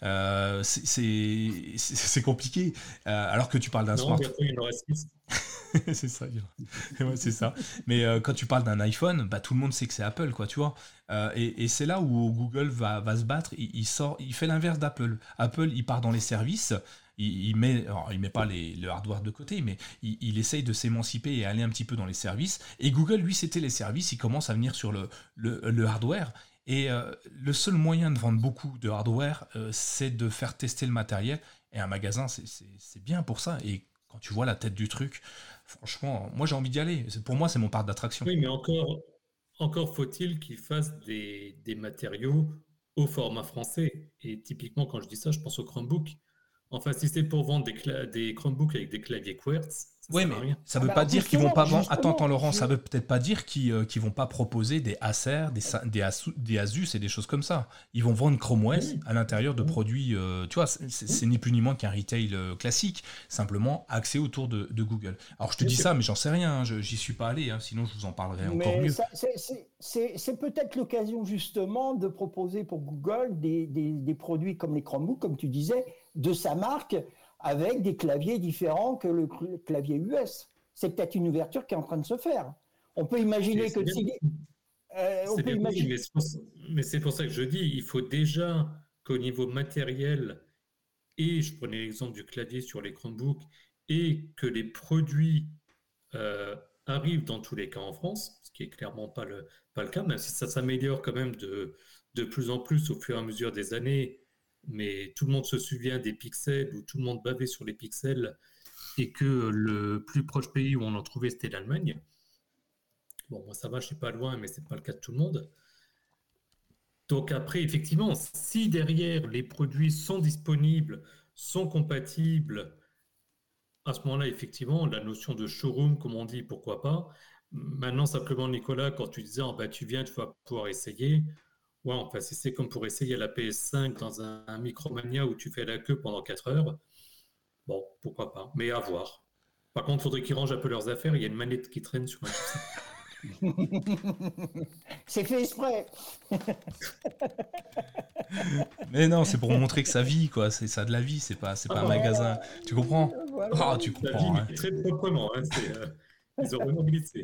Speaker 1: c'est compliqué, alors que tu parles d'un smartphone. C'est ça, ouais, c'est ça. Mais quand tu parles d'un iPhone, bah, tout le monde sait que c'est Apple, quoi, tu vois. Et c'est là où Google va se battre. Il fait l'inverse d'Apple. Apple, il part dans les services. Il met pas le hardware de côté, mais il essaye de s'émanciper et aller un petit peu dans les services. Et Google, lui, c'était les services. Il commence à venir sur le hardware. Et le seul moyen de vendre beaucoup de hardware, c'est de faire tester le matériel. Et un magasin, c'est bien pour ça. Et quand tu vois la tête du truc, franchement, moi j'ai envie d'y aller. Pour moi, c'est mon parc d'attraction.
Speaker 2: Oui, mais encore faut-il qu'ils fassent des matériaux au format français. Et typiquement, quand je dis ça, je pense au Chromebook. Enfin, si c'est pour vendre des Chromebooks avec des claviers Quartz,
Speaker 1: oui, mais rien. Ça veut pas dire qu'ils vont pas vendre. Attends, Laurent, ça veut peut-être pas dire qu'ils vont pas proposer des Acer, des Asus et des choses comme ça. Ils vont vendre Chrome OS à l'intérieur de produits. Tu vois, c'est ni plus ni moins qu'un retail classique, simplement axé autour de Google. Alors je te dis ça, mais j'en sais rien. J'y suis pas allé, hein, sinon je vous en parlerai encore mieux.
Speaker 3: C'est peut-être l'occasion justement de proposer pour Google des produits comme les Chromebooks, comme tu disais, de sa marque, avec des claviers différents que le clavier US. C'est peut-être une ouverture qui est en train de se faire. On peut imaginer que...
Speaker 2: Mais c'est pour ça que je dis, il faut déjà qu'au niveau matériel, et je prenais l'exemple du clavier sur les Chromebooks, et que les produits arrive dans tous les cas en France, ce qui est clairement pas le cas, même si ça s'améliore quand même de plus en plus au fur et à mesure des années. Mais tout le monde se souvient des pixels, où tout le monde bavait sur les pixels, et que le plus proche pays où on en trouvait, c'était l'Allemagne. Bon, moi ça va, je suis pas loin, mais c'est pas le cas de tout le monde. Donc après, effectivement, si derrière les produits sont disponibles, sont compatibles, à ce moment-là, effectivement, la notion de showroom, comme on dit, pourquoi pas. Maintenant, simplement, Nicolas, quand tu disais, tu viens, tu vas pouvoir essayer. Ouais, enfin, si c'est comme pour essayer la PS5 dans un Micromania où tu fais la queue pendant 4 heures, bon, pourquoi pas, mais à voir. Par contre, il faudrait qu'ils rangent un peu leurs affaires. Il y a une manette qui traîne sur un
Speaker 3: C'est fait exprès.
Speaker 1: Mais non, c'est pour montrer que ça vit, quoi. Ça a de la vie, c'est pas un magasin. Tu comprends?
Speaker 3: Voilà.
Speaker 1: Ah, tu
Speaker 2: La vie,
Speaker 1: comprends.
Speaker 2: mais très proprement. Hein, ils ont vraiment glissé.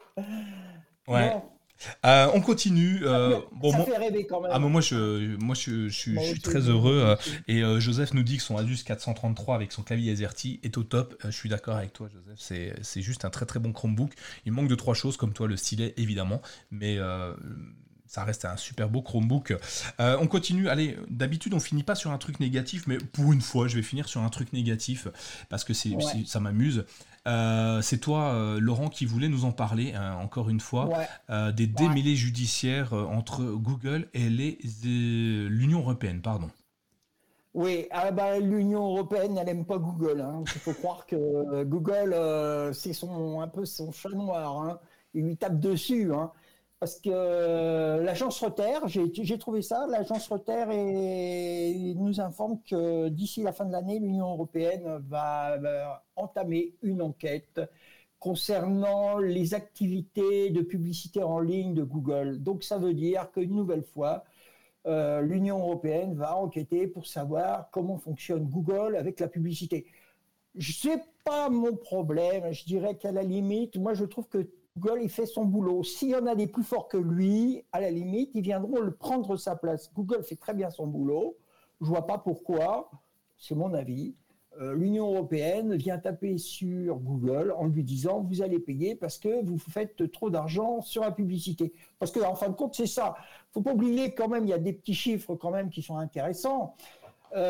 Speaker 1: Ouais.
Speaker 3: Non,
Speaker 1: On continue. Bon,
Speaker 3: ça fait rêver quand même.
Speaker 1: moi, je suis très heureux. Et Joseph nous dit que son Asus 433 avec son clavier AZERTY est au top. Je suis d'accord avec toi, Joseph. C'est juste un très très bon Chromebook. Il manque de 3 choses, comme toi, le stylet, évidemment. Mais ça reste un super beau Chromebook. On continue. Allez, d'habitude, on finit pas sur un truc négatif. Mais pour une fois, je vais finir sur un truc négatif. Parce que ça m'amuse. C'est toi, Laurent, qui voulait nous en parler, encore une fois, des démêlés judiciaires entre Google et l'Union européenne, pardon.
Speaker 3: Oui, l'Union européenne, elle n'aime pas Google. Hein. Il faut croire que Google, c'est un peu son chat noir. Hein. Il lui tape dessus. Hein. Parce que l'agence Reuters, j'ai trouvé ça, l'agence Reuters nous informe que d'ici la fin de l'année, l'Union européenne va entamer une enquête concernant les activités de publicité en ligne de Google. Donc ça veut dire qu'une nouvelle fois, l'Union européenne va enquêter pour savoir comment fonctionne Google avec la publicité. C'est pas mon problème, je dirais qu'à la limite, moi je trouve que Google, il fait son boulot. S'il y en a des plus forts que lui, à la limite, ils viendront le prendre sa place. Google fait très bien son boulot. Je ne vois pas pourquoi, c'est mon avis. L'Union européenne vient taper sur Google en lui disant « vous allez payer parce que vous faites trop d'argent sur la publicité ». Parce qu'en fin de compte, c'est ça. Il ne faut pas oublier quand même, il y a des petits chiffres quand même qui sont intéressants. Il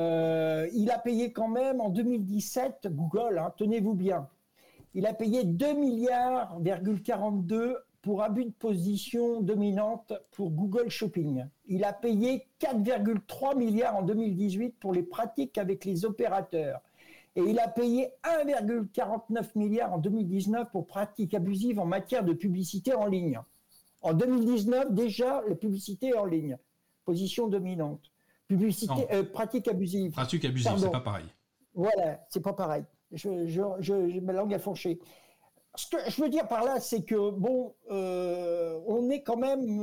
Speaker 3: a payé quand même en 2017, Google, hein, tenez-vous bien, il a payé 2,42 milliards pour abus de position dominante pour Google Shopping. Il a payé 4,3 milliards en 2018 pour les pratiques avec les opérateurs. Et il a payé 1,49 milliard en 2019 pour pratiques abusives en matière de publicité en ligne. En 2019, déjà, la publicité en ligne. Position dominante. Pratique abusive.
Speaker 1: Pratique abusive, c'est pas pareil.
Speaker 3: Voilà, c'est pas pareil. Ma langue a fourché. Ce que je veux dire par là, c'est que on est quand même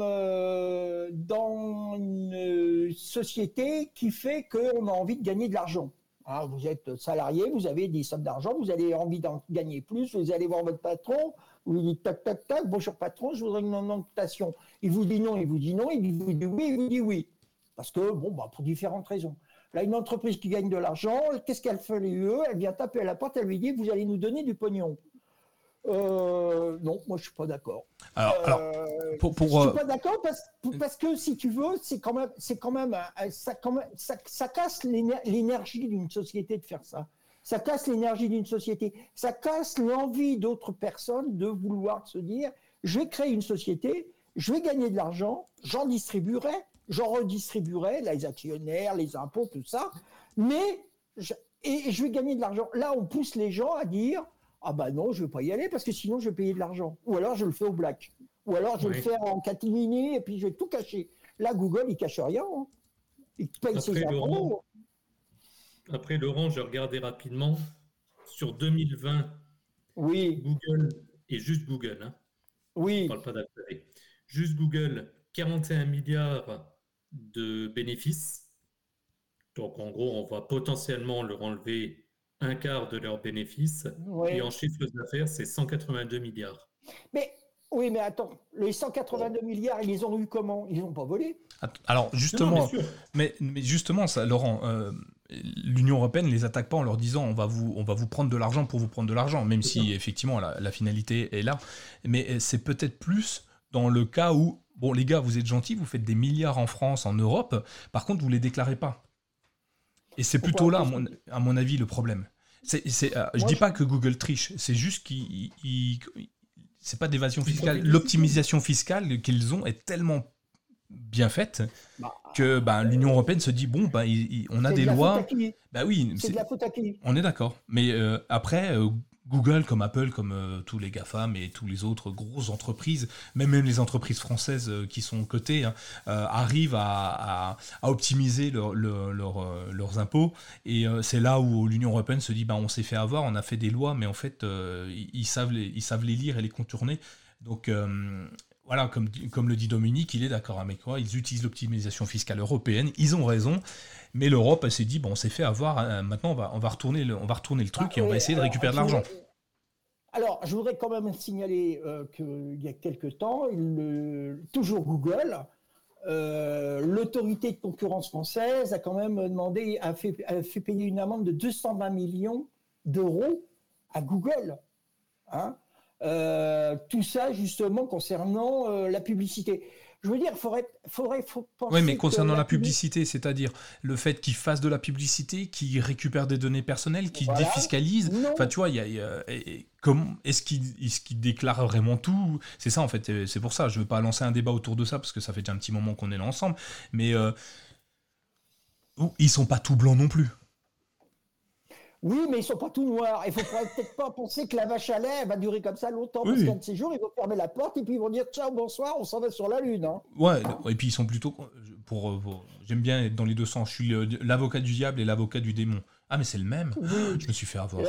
Speaker 3: dans une société qui fait qu'on a envie de gagner de l'argent. Alors, vous êtes salarié, vous avez des sommes d'argent, vous avez envie d'en gagner plus, vous allez voir votre patron, vous lui dites tac tac tac, bonjour patron, je voudrais une augmentation. Il vous dit non, il vous dit non, il vous dit oui, il vous dit oui, parce que pour différentes raisons. Là, une entreprise qui gagne de l'argent, qu'est-ce qu'elle fait l'UE? Elle vient taper à la porte, elle lui dit, vous allez nous donner du pognon. Non, moi je suis pas d'accord. Je suis pas d'accord parce que si tu veux, ça casse l'énergie d'une société de faire ça. Ça casse l'énergie d'une société. Ça casse l'envie d'autres personnes de vouloir se dire, je vais créer une société, je vais gagner de l'argent, j'en redistribuerai, les actionnaires, les impôts, tout ça, mais je vais gagner de l'argent. Là, on pousse les gens à dire « Ah bah non, je ne vais pas y aller parce que sinon je vais payer de l'argent. » Ou alors je le fais au black. Ou alors je vais le faire en catimini et puis je vais tout cacher. Là, Google, il ne cache rien. Hein. Il paye ses impôts.
Speaker 2: Après, Laurent, j'ai regardé rapidement. Sur 2020,
Speaker 3: oui.
Speaker 2: Google, et juste Google, hein.
Speaker 3: Oui.
Speaker 2: On ne parle pas d'Apple. Juste Google, 41 milliards de bénéfices. Donc, en gros, on va potentiellement leur enlever un quart de leurs bénéfices. Oui. Et en chiffre d'affaires, c'est 182 milliards.
Speaker 3: Mais attends, les 182 milliards, ils les ont eu comment? Ils n'ont pas volé.
Speaker 1: Alors, justement, mais justement, ça, Laurent, l'Union européenne ne les attaque pas en leur disant on va vous prendre de l'argent pour vous prendre de l'argent, même si effectivement la finalité est là. Mais c'est peut-être plus dans le cas où, bon les gars, vous êtes gentils, vous faites des milliards en France, en Europe, par contre vous ne les déclarez pas. Et c'est plutôt là, à mon avis, le problème. Je dis pas que Google triche, c'est juste c'est pas d'évasion fiscale. L'optimisation fiscale qu'ils ont est tellement bien faite que l'Union européenne se dit bon on a des lois. Oui,
Speaker 3: c'est de la faute à qui ?
Speaker 1: On est d'accord. Mais après Google, comme Apple, comme tous les GAFAM et tous les autres grosses entreprises, même les entreprises françaises qui sont cotées, arrivent à optimiser leurs impôts. Et c'est là où l'Union européenne se dit on s'est fait avoir, on a fait des lois, mais en fait, ils savent les lire et les contourner. Donc, voilà, comme le dit Dominique, il est d'accord avec moi, ils utilisent l'optimisation fiscale européenne, ils ont raison. Mais l'Europe s'est dit on s'est fait avoir. Maintenant on va retourner le truc et on va essayer de récupérer de l'argent.
Speaker 3: Alors, je voudrais quand même signaler qu'il y a quelques temps, toujours Google, l'autorité de concurrence française a quand même a fait payer une amende de 220 millions d'euros à Google. Hein, tout ça justement concernant la publicité. Je veux dire, faut penser.
Speaker 1: Oui, mais concernant la publicité, c'est-à-dire le fait qu'ils fassent de la publicité, qu'ils récupèrent des données personnelles, qu'ils défiscalisent. Enfin, tu vois, est-ce qu'ils déclarent vraiment tout ? C'est ça, en fait. C'est pour ça. Je ne veux pas lancer un débat autour de ça, parce que ça fait déjà un petit moment qu'on est là ensemble. Mais ils ne sont pas tout blancs non plus.
Speaker 3: Oui, mais ils sont pas tout noirs. Il ne faudrait peut-être pas penser que la vache à lait va durer comme ça longtemps. Parce qu'un de ces jours, ils vont fermer la porte et puis ils vont dire ciao, bonsoir, on s'en va sur la Lune. Hein.
Speaker 1: Ouais, et puis ils sont plutôt. J'aime bien être dans les deux sens. Je suis l'avocat du diable et l'avocat du démon. Ah, mais c'est le même. Je me suis fait avoir.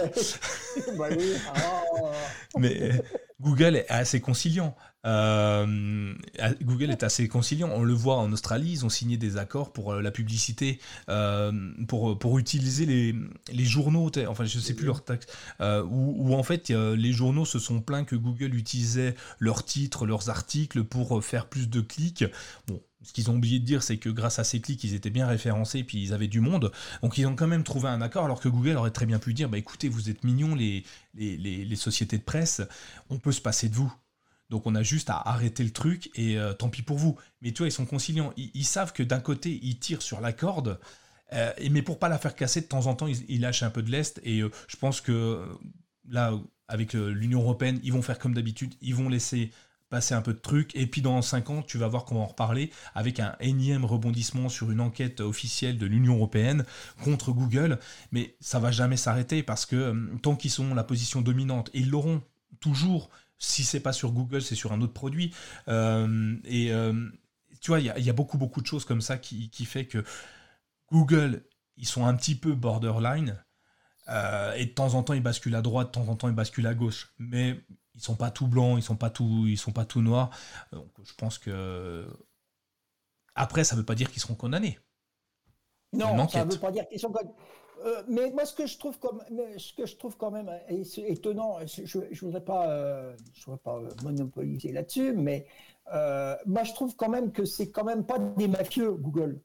Speaker 1: Mais Google est assez conciliant. Google est assez conciliant. On le voit en Australie, ils ont signé des accords pour la publicité, pour utiliser les journaux. Enfin, je ne sais plus leur taxe. Où en fait, les journaux se sont plaints que Google utilisait leurs titres, leurs articles pour faire plus de clics. Bon. Ce qu'ils ont oublié de dire, c'est que grâce à ces clics, ils étaient bien référencés et puis ils avaient du monde. Donc ils ont quand même trouvé un accord, alors que Google aurait très bien pu dire écoutez, vous êtes mignons, les sociétés de presse, on peut se passer de vous. Donc on a juste à arrêter le truc et tant pis pour vous. Mais tu vois, ils sont conciliants. Ils savent que d'un côté, ils tirent sur la corde, mais pour pas la faire casser, de temps en temps, ils lâchent un peu de lest. Et je pense que là, avec l'Union européenne, ils vont faire comme d'habitude, ils vont laisser passer un peu de trucs, et puis dans 5 ans, tu vas voir qu'on va en reparler, avec un énième rebondissement sur une enquête officielle de l'Union européenne contre Google, mais ça va jamais s'arrêter, parce que tant qu'ils sont la position dominante, et ils l'auront toujours, si c'est pas sur Google, c'est sur un autre produit, tu vois, il y a beaucoup de choses comme ça qui fait que Google, ils sont un petit peu borderline, et de temps en temps, ils basculent à droite, de temps en temps, ils basculent à gauche, mais ils sont pas tout blancs, ils sont pas tout noirs. Donc je pense que après ça veut pas dire qu'ils seront condamnés.
Speaker 3: Non, ça veut pas dire qu'ils sont condamnés. Mais moi ce que je trouve quand même étonnant, je voudrais pas monopoliser là-dessus, mais moi je trouve quand même que c'est quand même pas des mafieux Google.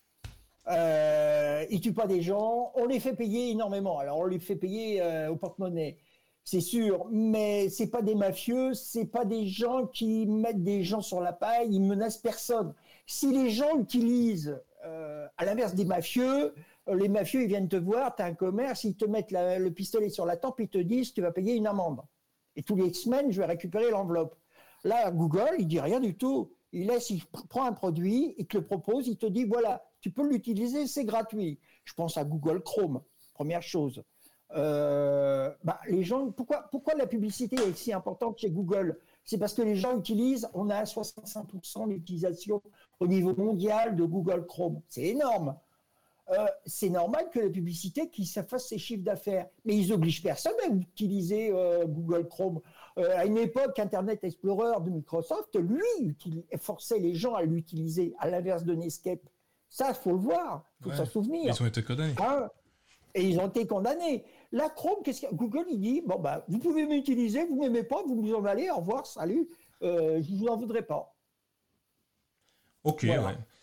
Speaker 3: Ils tuent pas des gens, on les fait payer énormément. Alors on les fait payer au porte-monnaie. C'est sûr, mais c'est pas des mafieux, c'est pas des gens qui mettent des gens sur la paille, ils menacent personne. Si les gens utilisent, à l'inverse des mafieux, les mafieux ils viennent te voir, tu as un commerce, ils te mettent le pistolet sur la tempe, ils te disent tu vas payer une amende. Et tous les semaines, je vais récupérer l'enveloppe. Là, Google, il dit rien du tout. Il prend un produit, il te le propose, il te dit voilà, tu peux l'utiliser, c'est gratuit. Je pense à Google Chrome, première chose. Les gens, pourquoi la publicité est si importante chez Google ? C'est parce que les gens utilisent, on a 65% d'utilisation au niveau mondial de Google Chrome. C'est énorme. C'est normal que la publicité ça fasse ses chiffres d'affaires. Mais ils n'obligent personne à utiliser Google Chrome. À une époque, Internet Explorer de Microsoft, lui, forçait les gens à l'utiliser, à l'inverse de Netscape. Ça, il faut le voir, il faut s'en souvenir.
Speaker 1: Ils ont été condamnés.
Speaker 3: Et ils ont été condamnés. La Chrome, Google, il dit, vous pouvez m'utiliser, vous ne m'aimez pas, vous vous en allez, au revoir, salut, je ne vous en voudrais pas.
Speaker 1: Ok,
Speaker 3: voilà.
Speaker 1: Ouais.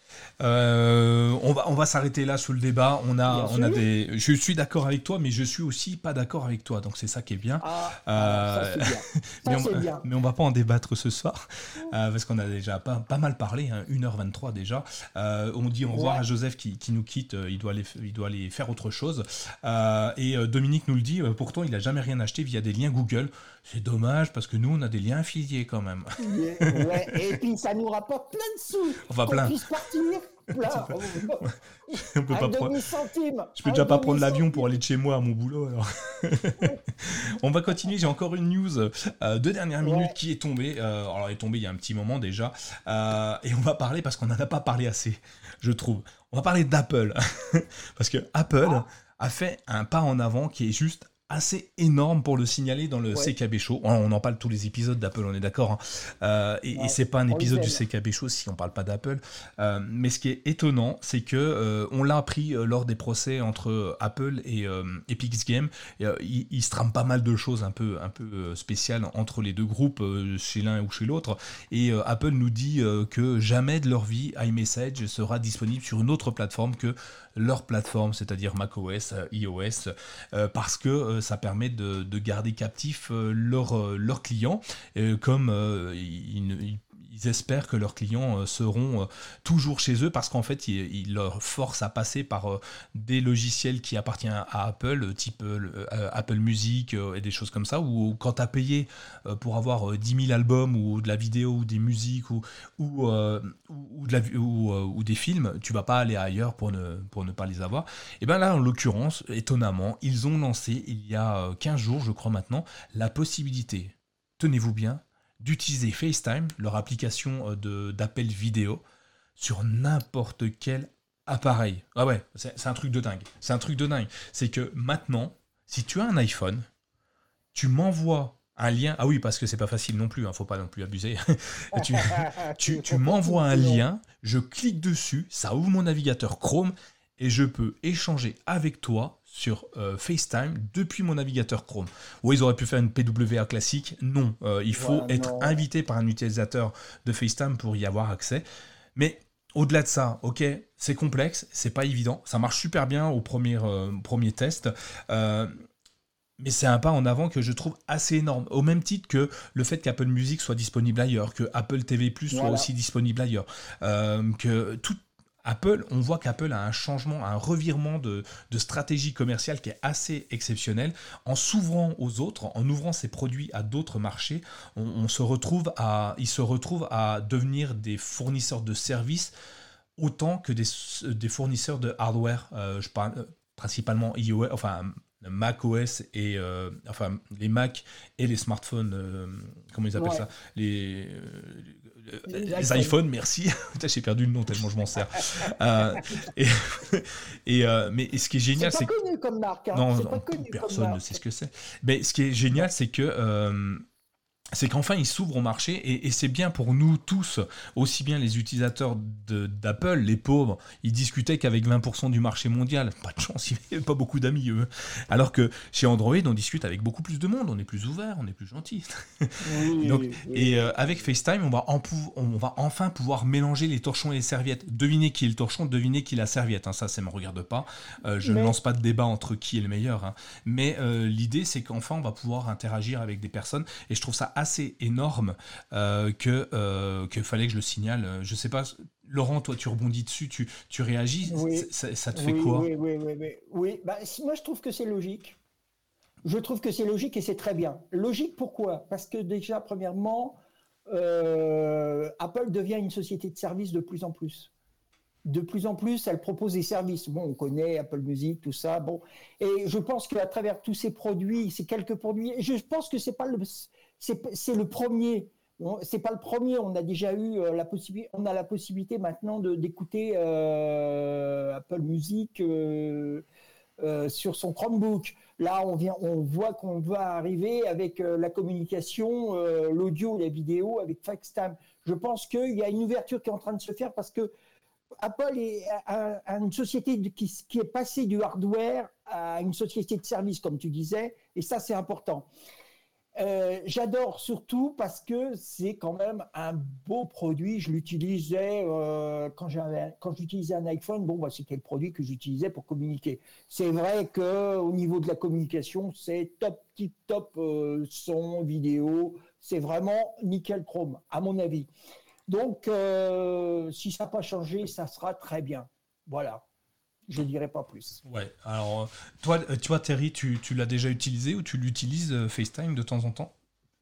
Speaker 1: On va s'arrêter là sur le débat. Je suis d'accord avec toi, mais je suis aussi pas d'accord avec toi. Donc c'est ça qui est bien.
Speaker 3: Ça c'est bien.
Speaker 1: Mais on va pas en débattre ce soir parce qu'on a déjà pas mal parlé. 1h23 déjà. On dit au revoir à Joseph qui nous quitte. Il doit aller faire autre chose. Et Dominique nous le dit. Pourtant, il a jamais rien acheté via des liens Google. C'est dommage parce que nous, on a des liens affiliés quand même.
Speaker 3: Ouais, et puis ça nous rapporte plein de sous.
Speaker 1: Enfin, plein.
Speaker 3: Puisse partir. Plein.
Speaker 1: On peut pas prendre. Je peux déjà pas prendre l'avion pour aller de chez moi à mon boulot. Alors. On va continuer. J'ai encore une news de dernière minute qui est tombée. Alors, elle est tombée il y a un petit moment déjà. Et on va parler parce qu'on n'en a pas parlé assez, je trouve. On va parler d'Apple. Parce que Apple a fait un pas en avant qui est juste assez énorme pour le signaler dans le CKB Show. On en parle tous les épisodes d'Apple, on est d'accord. Et c'est pas un épisode du CKB Show si on parle pas d'Apple. Mais ce qui est étonnant, c'est que on l'a appris lors des procès entre Apple et Epic Games. Il se trame pas mal de choses un peu spéciales entre les deux groupes, chez l'un ou chez l'autre. Et Apple nous dit que jamais de leur vie iMessage sera disponible sur une autre plateforme que leur plateforme, c'est-à-dire macOS, iOS, parce que ça permet de garder captifs leurs clients, comme ils espèrent que leurs clients seront toujours chez eux, parce qu'en fait, ils leur forcent à passer par des logiciels qui appartiennent à Apple, type Apple Music et des choses comme ça, où quand tu as payé pour avoir 10 000 albums ou de la vidéo ou des musiques ou des films, tu vas pas aller ailleurs pour ne pas les avoir. Et bien là, en l'occurrence, étonnamment, ils ont lancé il y a 15 jours, je crois maintenant, la possibilité, tenez-vous bien, d'utiliser FaceTime, leur application d'appel vidéo, sur n'importe quel appareil. Ah ouais, c'est un truc de dingue. C'est un truc de dingue. C'est que maintenant, si tu as un iPhone, tu m'envoies un lien. Ah oui, parce que c'est pas facile non plus, faut pas non plus abuser. tu m'envoies un lien, je clique dessus, ça ouvre mon navigateur Chrome et je peux échanger avec toi sur FaceTime depuis mon navigateur Chrome. Oui, ils auraient pu faire une PWA classique. Non, il faut être invité par un utilisateur de FaceTime pour y avoir accès. Mais au-delà de ça, ok, c'est complexe, c'est pas évident. Ça marche super bien au premier test. Mais c'est un pas en avant que je trouve assez énorme. Au même titre que le fait qu'Apple Music soit disponible ailleurs, que Apple TV+ soit aussi disponible ailleurs. Que tout Apple, on voit qu'Apple a un changement, un revirement de stratégie commerciale qui est assez exceptionnel. En s'ouvrant aux autres, en ouvrant ses produits à d'autres marchés, ils se retrouvent à devenir des fournisseurs de services autant que des fournisseurs de hardware. Je parle principalement iOS, macOS et les Mac et les smartphones, comment ils appellent ça, les iPhones, merci. J'ai perdu le nom tellement je m'en sers. Mais ce qui est génial,
Speaker 3: c'est pas connu comme marque.
Speaker 1: Personne ne sait ce que c'est. Mais ce qui est génial, c'est que c'est qu'enfin ils s'ouvrent au marché et c'est bien pour nous tous, aussi bien les utilisateurs d'Apple, les pauvres, ils discutaient qu'avec 20% du marché mondial, pas de chance, il n'y avait pas beaucoup d'amis eux. Alors que chez Android, on discute avec beaucoup plus de monde, on est plus ouvert, on est plus gentil. Avec FaceTime, on va enfin pouvoir mélanger les torchons et les serviettes. Devinez qui est le torchon, devinez qui est la serviette. Ça, ça ne me regarde pas. Je ne lance pas de débat entre qui est le meilleur. Mais l'idée, c'est qu'enfin, on va pouvoir interagir avec des personnes et je trouve ça assez énorme qu'il fallait que je le signale. Je sais pas, Laurent, toi tu rebondis dessus, tu réagis, ça te fait quoi?
Speaker 3: Oui. Moi je trouve que c'est logique. Je trouve que c'est logique et c'est très bien. Logique pourquoi? Parce que déjà, premièrement, Apple devient une société de services de plus en plus. De plus en plus, elle propose des services. Bon, on connaît Apple Music, tout ça. Bon, et je pense qu'à travers tous ces produits, ces quelques produits, je pense que c'est le premier. C'est pas le premier. On a déjà eu on a la possibilité maintenant d'écouter Apple Music sur son Chromebook. Là, on voit qu'on va arriver avec la communication, l'audio, la vidéo, avec FaceTime. Je pense qu'il y a une ouverture qui est en train de se faire parce que Apple est une société qui est passée du hardware à une société de service, comme tu disais, et ça, c'est important. J'adore surtout parce que c'est quand même un beau produit. Je l'utilisais quand j'utilisais un iPhone. Bon, bah, c'était le produit que j'utilisais pour communiquer. C'est vrai que au niveau de la communication, c'est top, tip top, son, vidéo. C'est vraiment nickel chrome, à mon avis. Donc, si ça n'a pas changé, ça sera très bien. Voilà. Je ne dirai pas plus.
Speaker 1: Ouais, alors toi, tu vois, Terry, tu l'as déjà utilisé ou tu l'utilises FaceTime de temps en temps?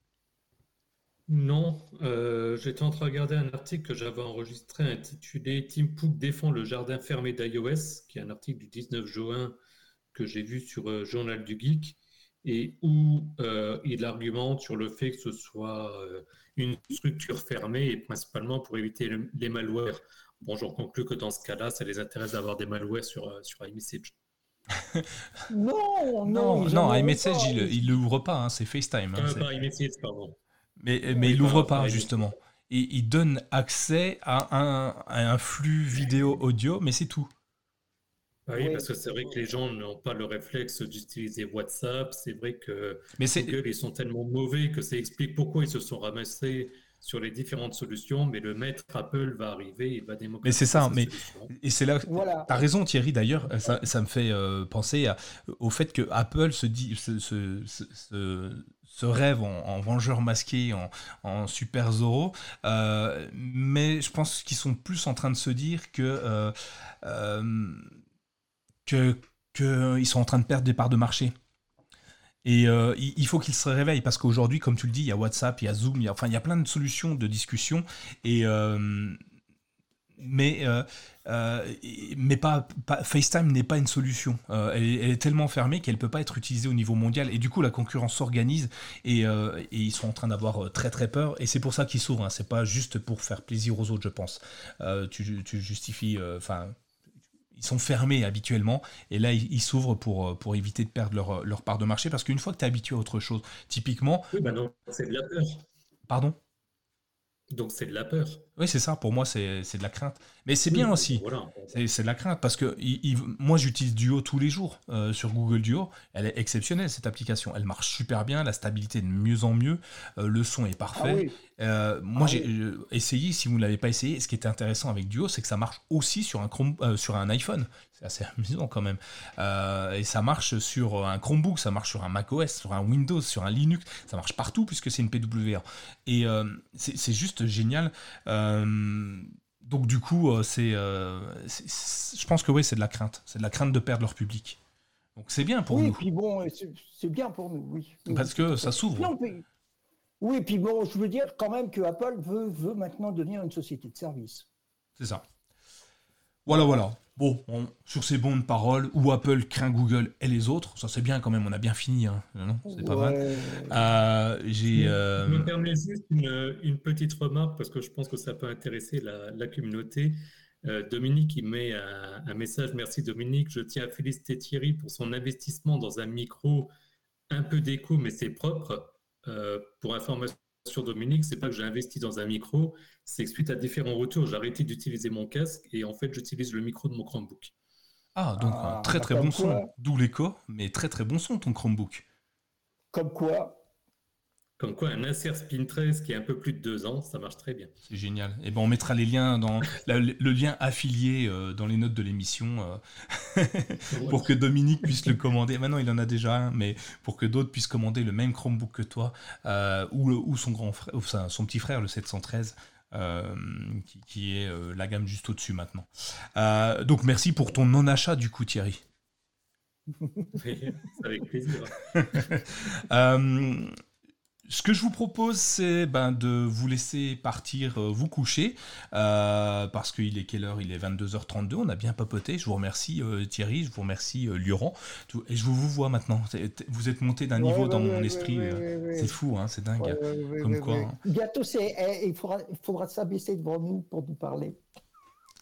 Speaker 2: Non, j'étais en train de regarder un article que j'avais enregistré intitulé Tim Cook défend le jardin fermé d'iOS, qui est un article du 19 juin que j'ai vu sur Journal du Geek, et où il argumente sur le fait que ce soit une structure fermée et principalement pour éviter les malwares. Bon, j'en conclus que dans ce cas-là, ça les intéresse d'avoir des malwares sur iMessage.
Speaker 3: Non, non,
Speaker 1: Non,
Speaker 3: ils en
Speaker 1: non,
Speaker 3: auront
Speaker 1: iMessage,
Speaker 3: pas.
Speaker 1: il l'ouvre pas, hein, c'est FaceTime. Hein,
Speaker 2: Par iMessage, pardon.
Speaker 1: mais
Speaker 2: Oui,
Speaker 1: il l'ouvre
Speaker 2: par
Speaker 1: pas,
Speaker 2: iMessage.
Speaker 1: justement. Et il donne accès à un flux vidéo-audio, mais c'est tout.
Speaker 2: Ah oui, parce
Speaker 3: Oui.
Speaker 2: que c'est vrai que les gens n'ont pas le réflexe d'utiliser WhatsApp. C'est vrai que
Speaker 1: Mais c'est,
Speaker 2: Google, ils sont tellement mauvais que ça explique pourquoi ils se sont ramassés sur les différentes solutions. Mais le maître Apple va arriver et va
Speaker 1: Mais c'est
Speaker 2: démocratiser
Speaker 1: ça,
Speaker 2: sa
Speaker 1: mais
Speaker 2: solution.
Speaker 1: et c'est là,
Speaker 3: Voilà.
Speaker 1: t'as raison Thierry d'ailleurs, ça me fait penser au fait que Apple se rêve en vengeur masqué, en super Zorro, mais je pense qu'ils sont plus en train de se dire euh, que, ils sont en train de perdre des parts de marché. Et il faut qu'ils se réveillent parce qu'aujourd'hui, comme tu le dis, il y a WhatsApp, il y a Zoom, enfin, il y a plein de solutions de discussion et mais mais FaceTime n'est pas une solution. Elle est tellement fermée qu'elle peut pas être utilisée au niveau mondial. Et du coup, la concurrence s'organise et ils sont en train d'avoir très très peur. Et c'est pour ça qu'ils s'ouvrent. Hein. C'est pas juste pour faire plaisir aux autres, je pense. Tu justifies. Enfin, ils sont fermés habituellement et là ils s'ouvrent pour éviter de perdre leur part de marché parce qu'une fois que tu es habitué à autre chose, typiquement,
Speaker 2: Oui, maintenant, c'est de la peur.
Speaker 1: pardon.
Speaker 2: Donc, c'est de la peur.
Speaker 1: Oui, c'est ça, pour moi, c'est de la crainte. Mais c'est bien
Speaker 2: Oui,
Speaker 1: aussi.
Speaker 2: voilà.
Speaker 1: C'est de la crainte parce que moi, j'utilise Duo tous les jours sur Google Duo. Elle est exceptionnelle, cette application. Elle marche super bien, la stabilité est de mieux en mieux, le son est
Speaker 3: Ah
Speaker 1: parfait.
Speaker 3: oui.
Speaker 1: Moi,
Speaker 3: Ah
Speaker 1: j'ai
Speaker 3: oui.
Speaker 1: essayé, si vous ne l'avez pas essayé, ce qui était intéressant avec Duo, c'est que ça marche aussi sur sur un iPhone. C'est assez amusant quand même. Et ça marche sur un Chromebook, ça marche sur un macOS, sur un Windows, sur un Linux. Ça marche partout puisque c'est une PWA. Et c'est juste génial. Donc du coup, je pense que oui, c'est de la crainte. C'est de la crainte de perdre leur public. Donc c'est bien pour
Speaker 3: Oui, et
Speaker 1: nous,
Speaker 3: puis bon, c'est bien pour nous, oui. Oui, oui,
Speaker 1: parce
Speaker 3: tout
Speaker 1: que
Speaker 3: à
Speaker 1: ça
Speaker 3: fait.
Speaker 1: s'ouvre.
Speaker 3: Non, mais, oui, et puis bon, je veux dire quand même que Apple veut maintenant devenir une société de service.
Speaker 1: C'est ça. Voilà,
Speaker 3: Voilà.
Speaker 1: voilà. Bon, sur ces bonnes paroles, où Apple craint Google et les autres, ça c'est bien quand même, on a bien fini, hein. Non, c'est pas mal.
Speaker 3: Ouais.
Speaker 1: J'ai...
Speaker 2: Je me permets juste une petite remarque parce que je pense que ça peut intéresser la communauté. Dominique, il met un message. Merci Dominique. Je tiens à féliciter Thierry pour son investissement dans un micro un peu d'écho, mais c'est propre. Pour information, Dominique, c'est pas que j'ai investi dans un micro, c'est que suite à différents retours, j'ai arrêté d'utiliser mon casque et en fait, j'utilise le micro de mon Chromebook.
Speaker 1: Ah, donc un
Speaker 3: Ah,
Speaker 1: très
Speaker 3: bah
Speaker 1: très bon
Speaker 3: comme
Speaker 1: son.
Speaker 3: quoi,
Speaker 1: D'où l'écho, mais très très bon son ton Chromebook.
Speaker 3: comme quoi.
Speaker 2: Comme quoi, un Acer Spin 13 qui a un peu plus de 2 ans, ça marche très bien.
Speaker 1: C'est génial. Et ben on mettra les liens le lien affilié dans les notes de l'émission
Speaker 2: Voilà.
Speaker 1: pour que Dominique puisse le commander. Maintenant il en a déjà un, mais pour que d'autres puissent commander le même Chromebook que toi ou son grand frère, enfin, son petit frère le 713. Qui est la gamme juste au-dessus maintenant. Donc merci pour ton non-achat du coup Thierry.
Speaker 2: C'est avec plaisir.
Speaker 1: Euh, Ce que je vous propose, c'est de vous laisser partir vous coucher, parce qu'il est quelle heure? Il est 22h32, on a bien papoté. Je vous remercie Thierry, je vous remercie Luran, et je vous vois maintenant. Vous êtes monté d'un
Speaker 3: Ouais,
Speaker 1: niveau
Speaker 3: ouais,
Speaker 1: dans mon
Speaker 3: ouais, ouais,
Speaker 1: esprit,
Speaker 3: ouais, ouais,
Speaker 1: c'est
Speaker 3: ouais.
Speaker 1: fou, hein, c'est dingue.
Speaker 3: Ouais, ouais, ouais,
Speaker 1: Comme
Speaker 3: ouais,
Speaker 1: quoi.
Speaker 3: ouais.
Speaker 1: Hein.
Speaker 3: Bientôt, il faudra s'abaisser devant nous pour nous parler.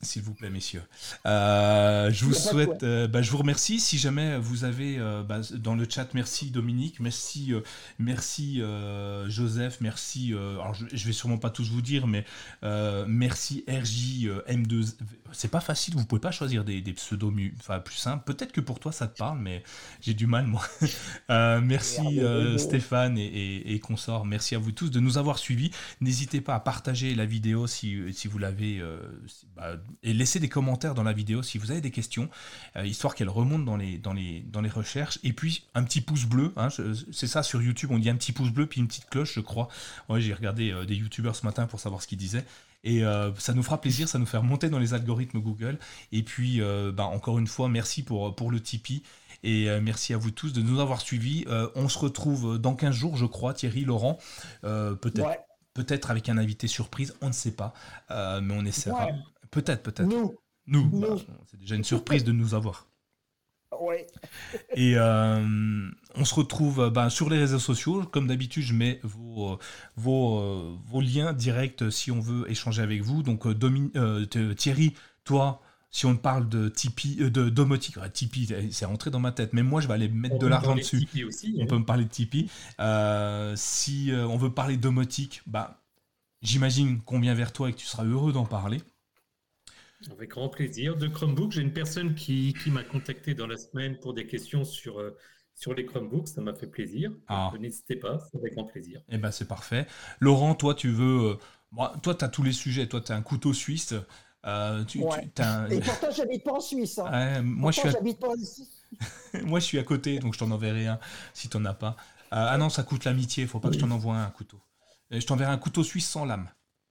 Speaker 1: S'il vous plaît, messieurs. Je vous souhaite, je vous remercie. Si jamais vous avez dans le chat, merci Dominique, merci Joseph, merci. Alors je vais sûrement pas tous vous dire, mais merci RJ M2. C'est pas facile. Vous pouvez pas choisir des pseudos plus simples. Peut-être que pour toi ça te parle, mais j'ai du mal moi. Merci Stéphane et consorts. Merci à vous tous de nous avoir suivis. N'hésitez pas à partager la vidéo si vous l'avez. Et laissez des commentaires dans la vidéo si vous avez des questions, histoire qu'elle remonte dans les recherches. Et puis un petit pouce bleu, hein, c'est ça sur YouTube, on dit un petit pouce bleu puis une petite cloche, je crois. Ouais, j'ai regardé des youtubeurs ce matin pour savoir ce qu'ils disaient. Et ça nous fera plaisir, ça nous fait remonter dans les algorithmes Google. Et puis encore une fois, merci pour le Tipeee. Et merci à vous tous de nous avoir suivis. On se retrouve dans 15 jours, je crois, Thierry, Laurent, peut-être. Ouais. Peut-être avec un invité surprise, on ne sait pas, mais on essaiera. Ouais. Peut-être. Nous. C'est déjà une surprise de nous avoir.
Speaker 3: Ouais.
Speaker 1: Et on se retrouve sur les réseaux sociaux. Comme d'habitude, je mets vos liens directs si on veut échanger avec vous. Donc Thierry, toi, si on parle de Tipeee, de domotique, Tipeee, c'est rentré dans ma tête. Même moi, je vais aller mettre de l'argent dessus.
Speaker 2: Aussi,
Speaker 1: on peut me parler de Tipeee. Si on veut parler de domotique, j'imagine qu'on vient vers toi et que tu seras heureux d'en parler.
Speaker 2: Avec grand plaisir. De Chromebook, j'ai une personne qui m'a contacté dans la semaine pour des questions sur les Chromebooks. Ça m'a fait plaisir. Donc, n'hésitez pas, c'est avec grand plaisir.
Speaker 1: Eh ben, c'est parfait. Laurent, toi, tu veux... toi, tu as tous les sujets. Toi, tu as un couteau suisse.
Speaker 3: Et pourtant, j'habite pas en Suisse. Hein.
Speaker 1: Moi,
Speaker 3: j'habite pas ici.
Speaker 1: Moi, je suis à côté, donc je t'en enverrai un si tu n'en as pas. Non, ça coûte l'amitié. Il ne faut pas que je t'en envoie un couteau. Je t'enverrai un couteau suisse sans lame.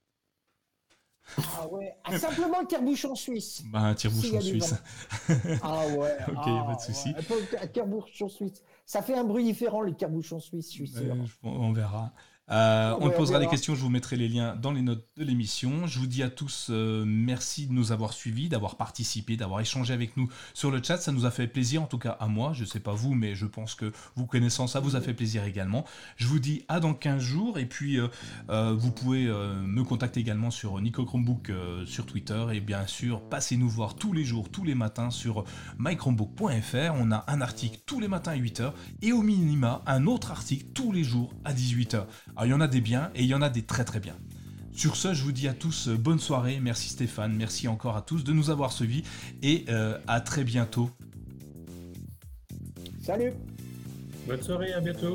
Speaker 3: Ah ouais, simplement un tire-bouchon suisse.
Speaker 1: Un tire-bouchon suisse.
Speaker 3: Ah ouais.
Speaker 1: Ok, pas de souci.
Speaker 3: Un tire-bouchon suisse. Ça fait un bruit différent, le tire-bouchon suisse, je suis sûr.
Speaker 1: On verra. On te posera des questions, je vous mettrai les liens dans les notes de l'émission. Je vous dis à tous merci de nous avoir suivis, d'avoir participé, d'avoir échangé avec nous sur le chat. Ça nous a fait plaisir, en tout cas à moi. Je ne sais pas vous, mais je pense que vous connaissant, ça vous a fait plaisir également. Je vous dis à dans 15 jours. Et puis, vous pouvez me contacter également sur Nico Chromebook sur Twitter. Et bien sûr, passez nous voir tous les jours, tous les matins sur mychromebook.fr. On a un article tous les matins à 8h et au minima, un autre article tous les jours à 18h. Alors, il y en a des biens et il y en a des très très bien. Sur ce, je vous dis à tous bonne soirée. Merci Stéphane, merci encore à tous de nous avoir suivis et à très bientôt.
Speaker 3: Salut.
Speaker 2: Bonne soirée, à bientôt.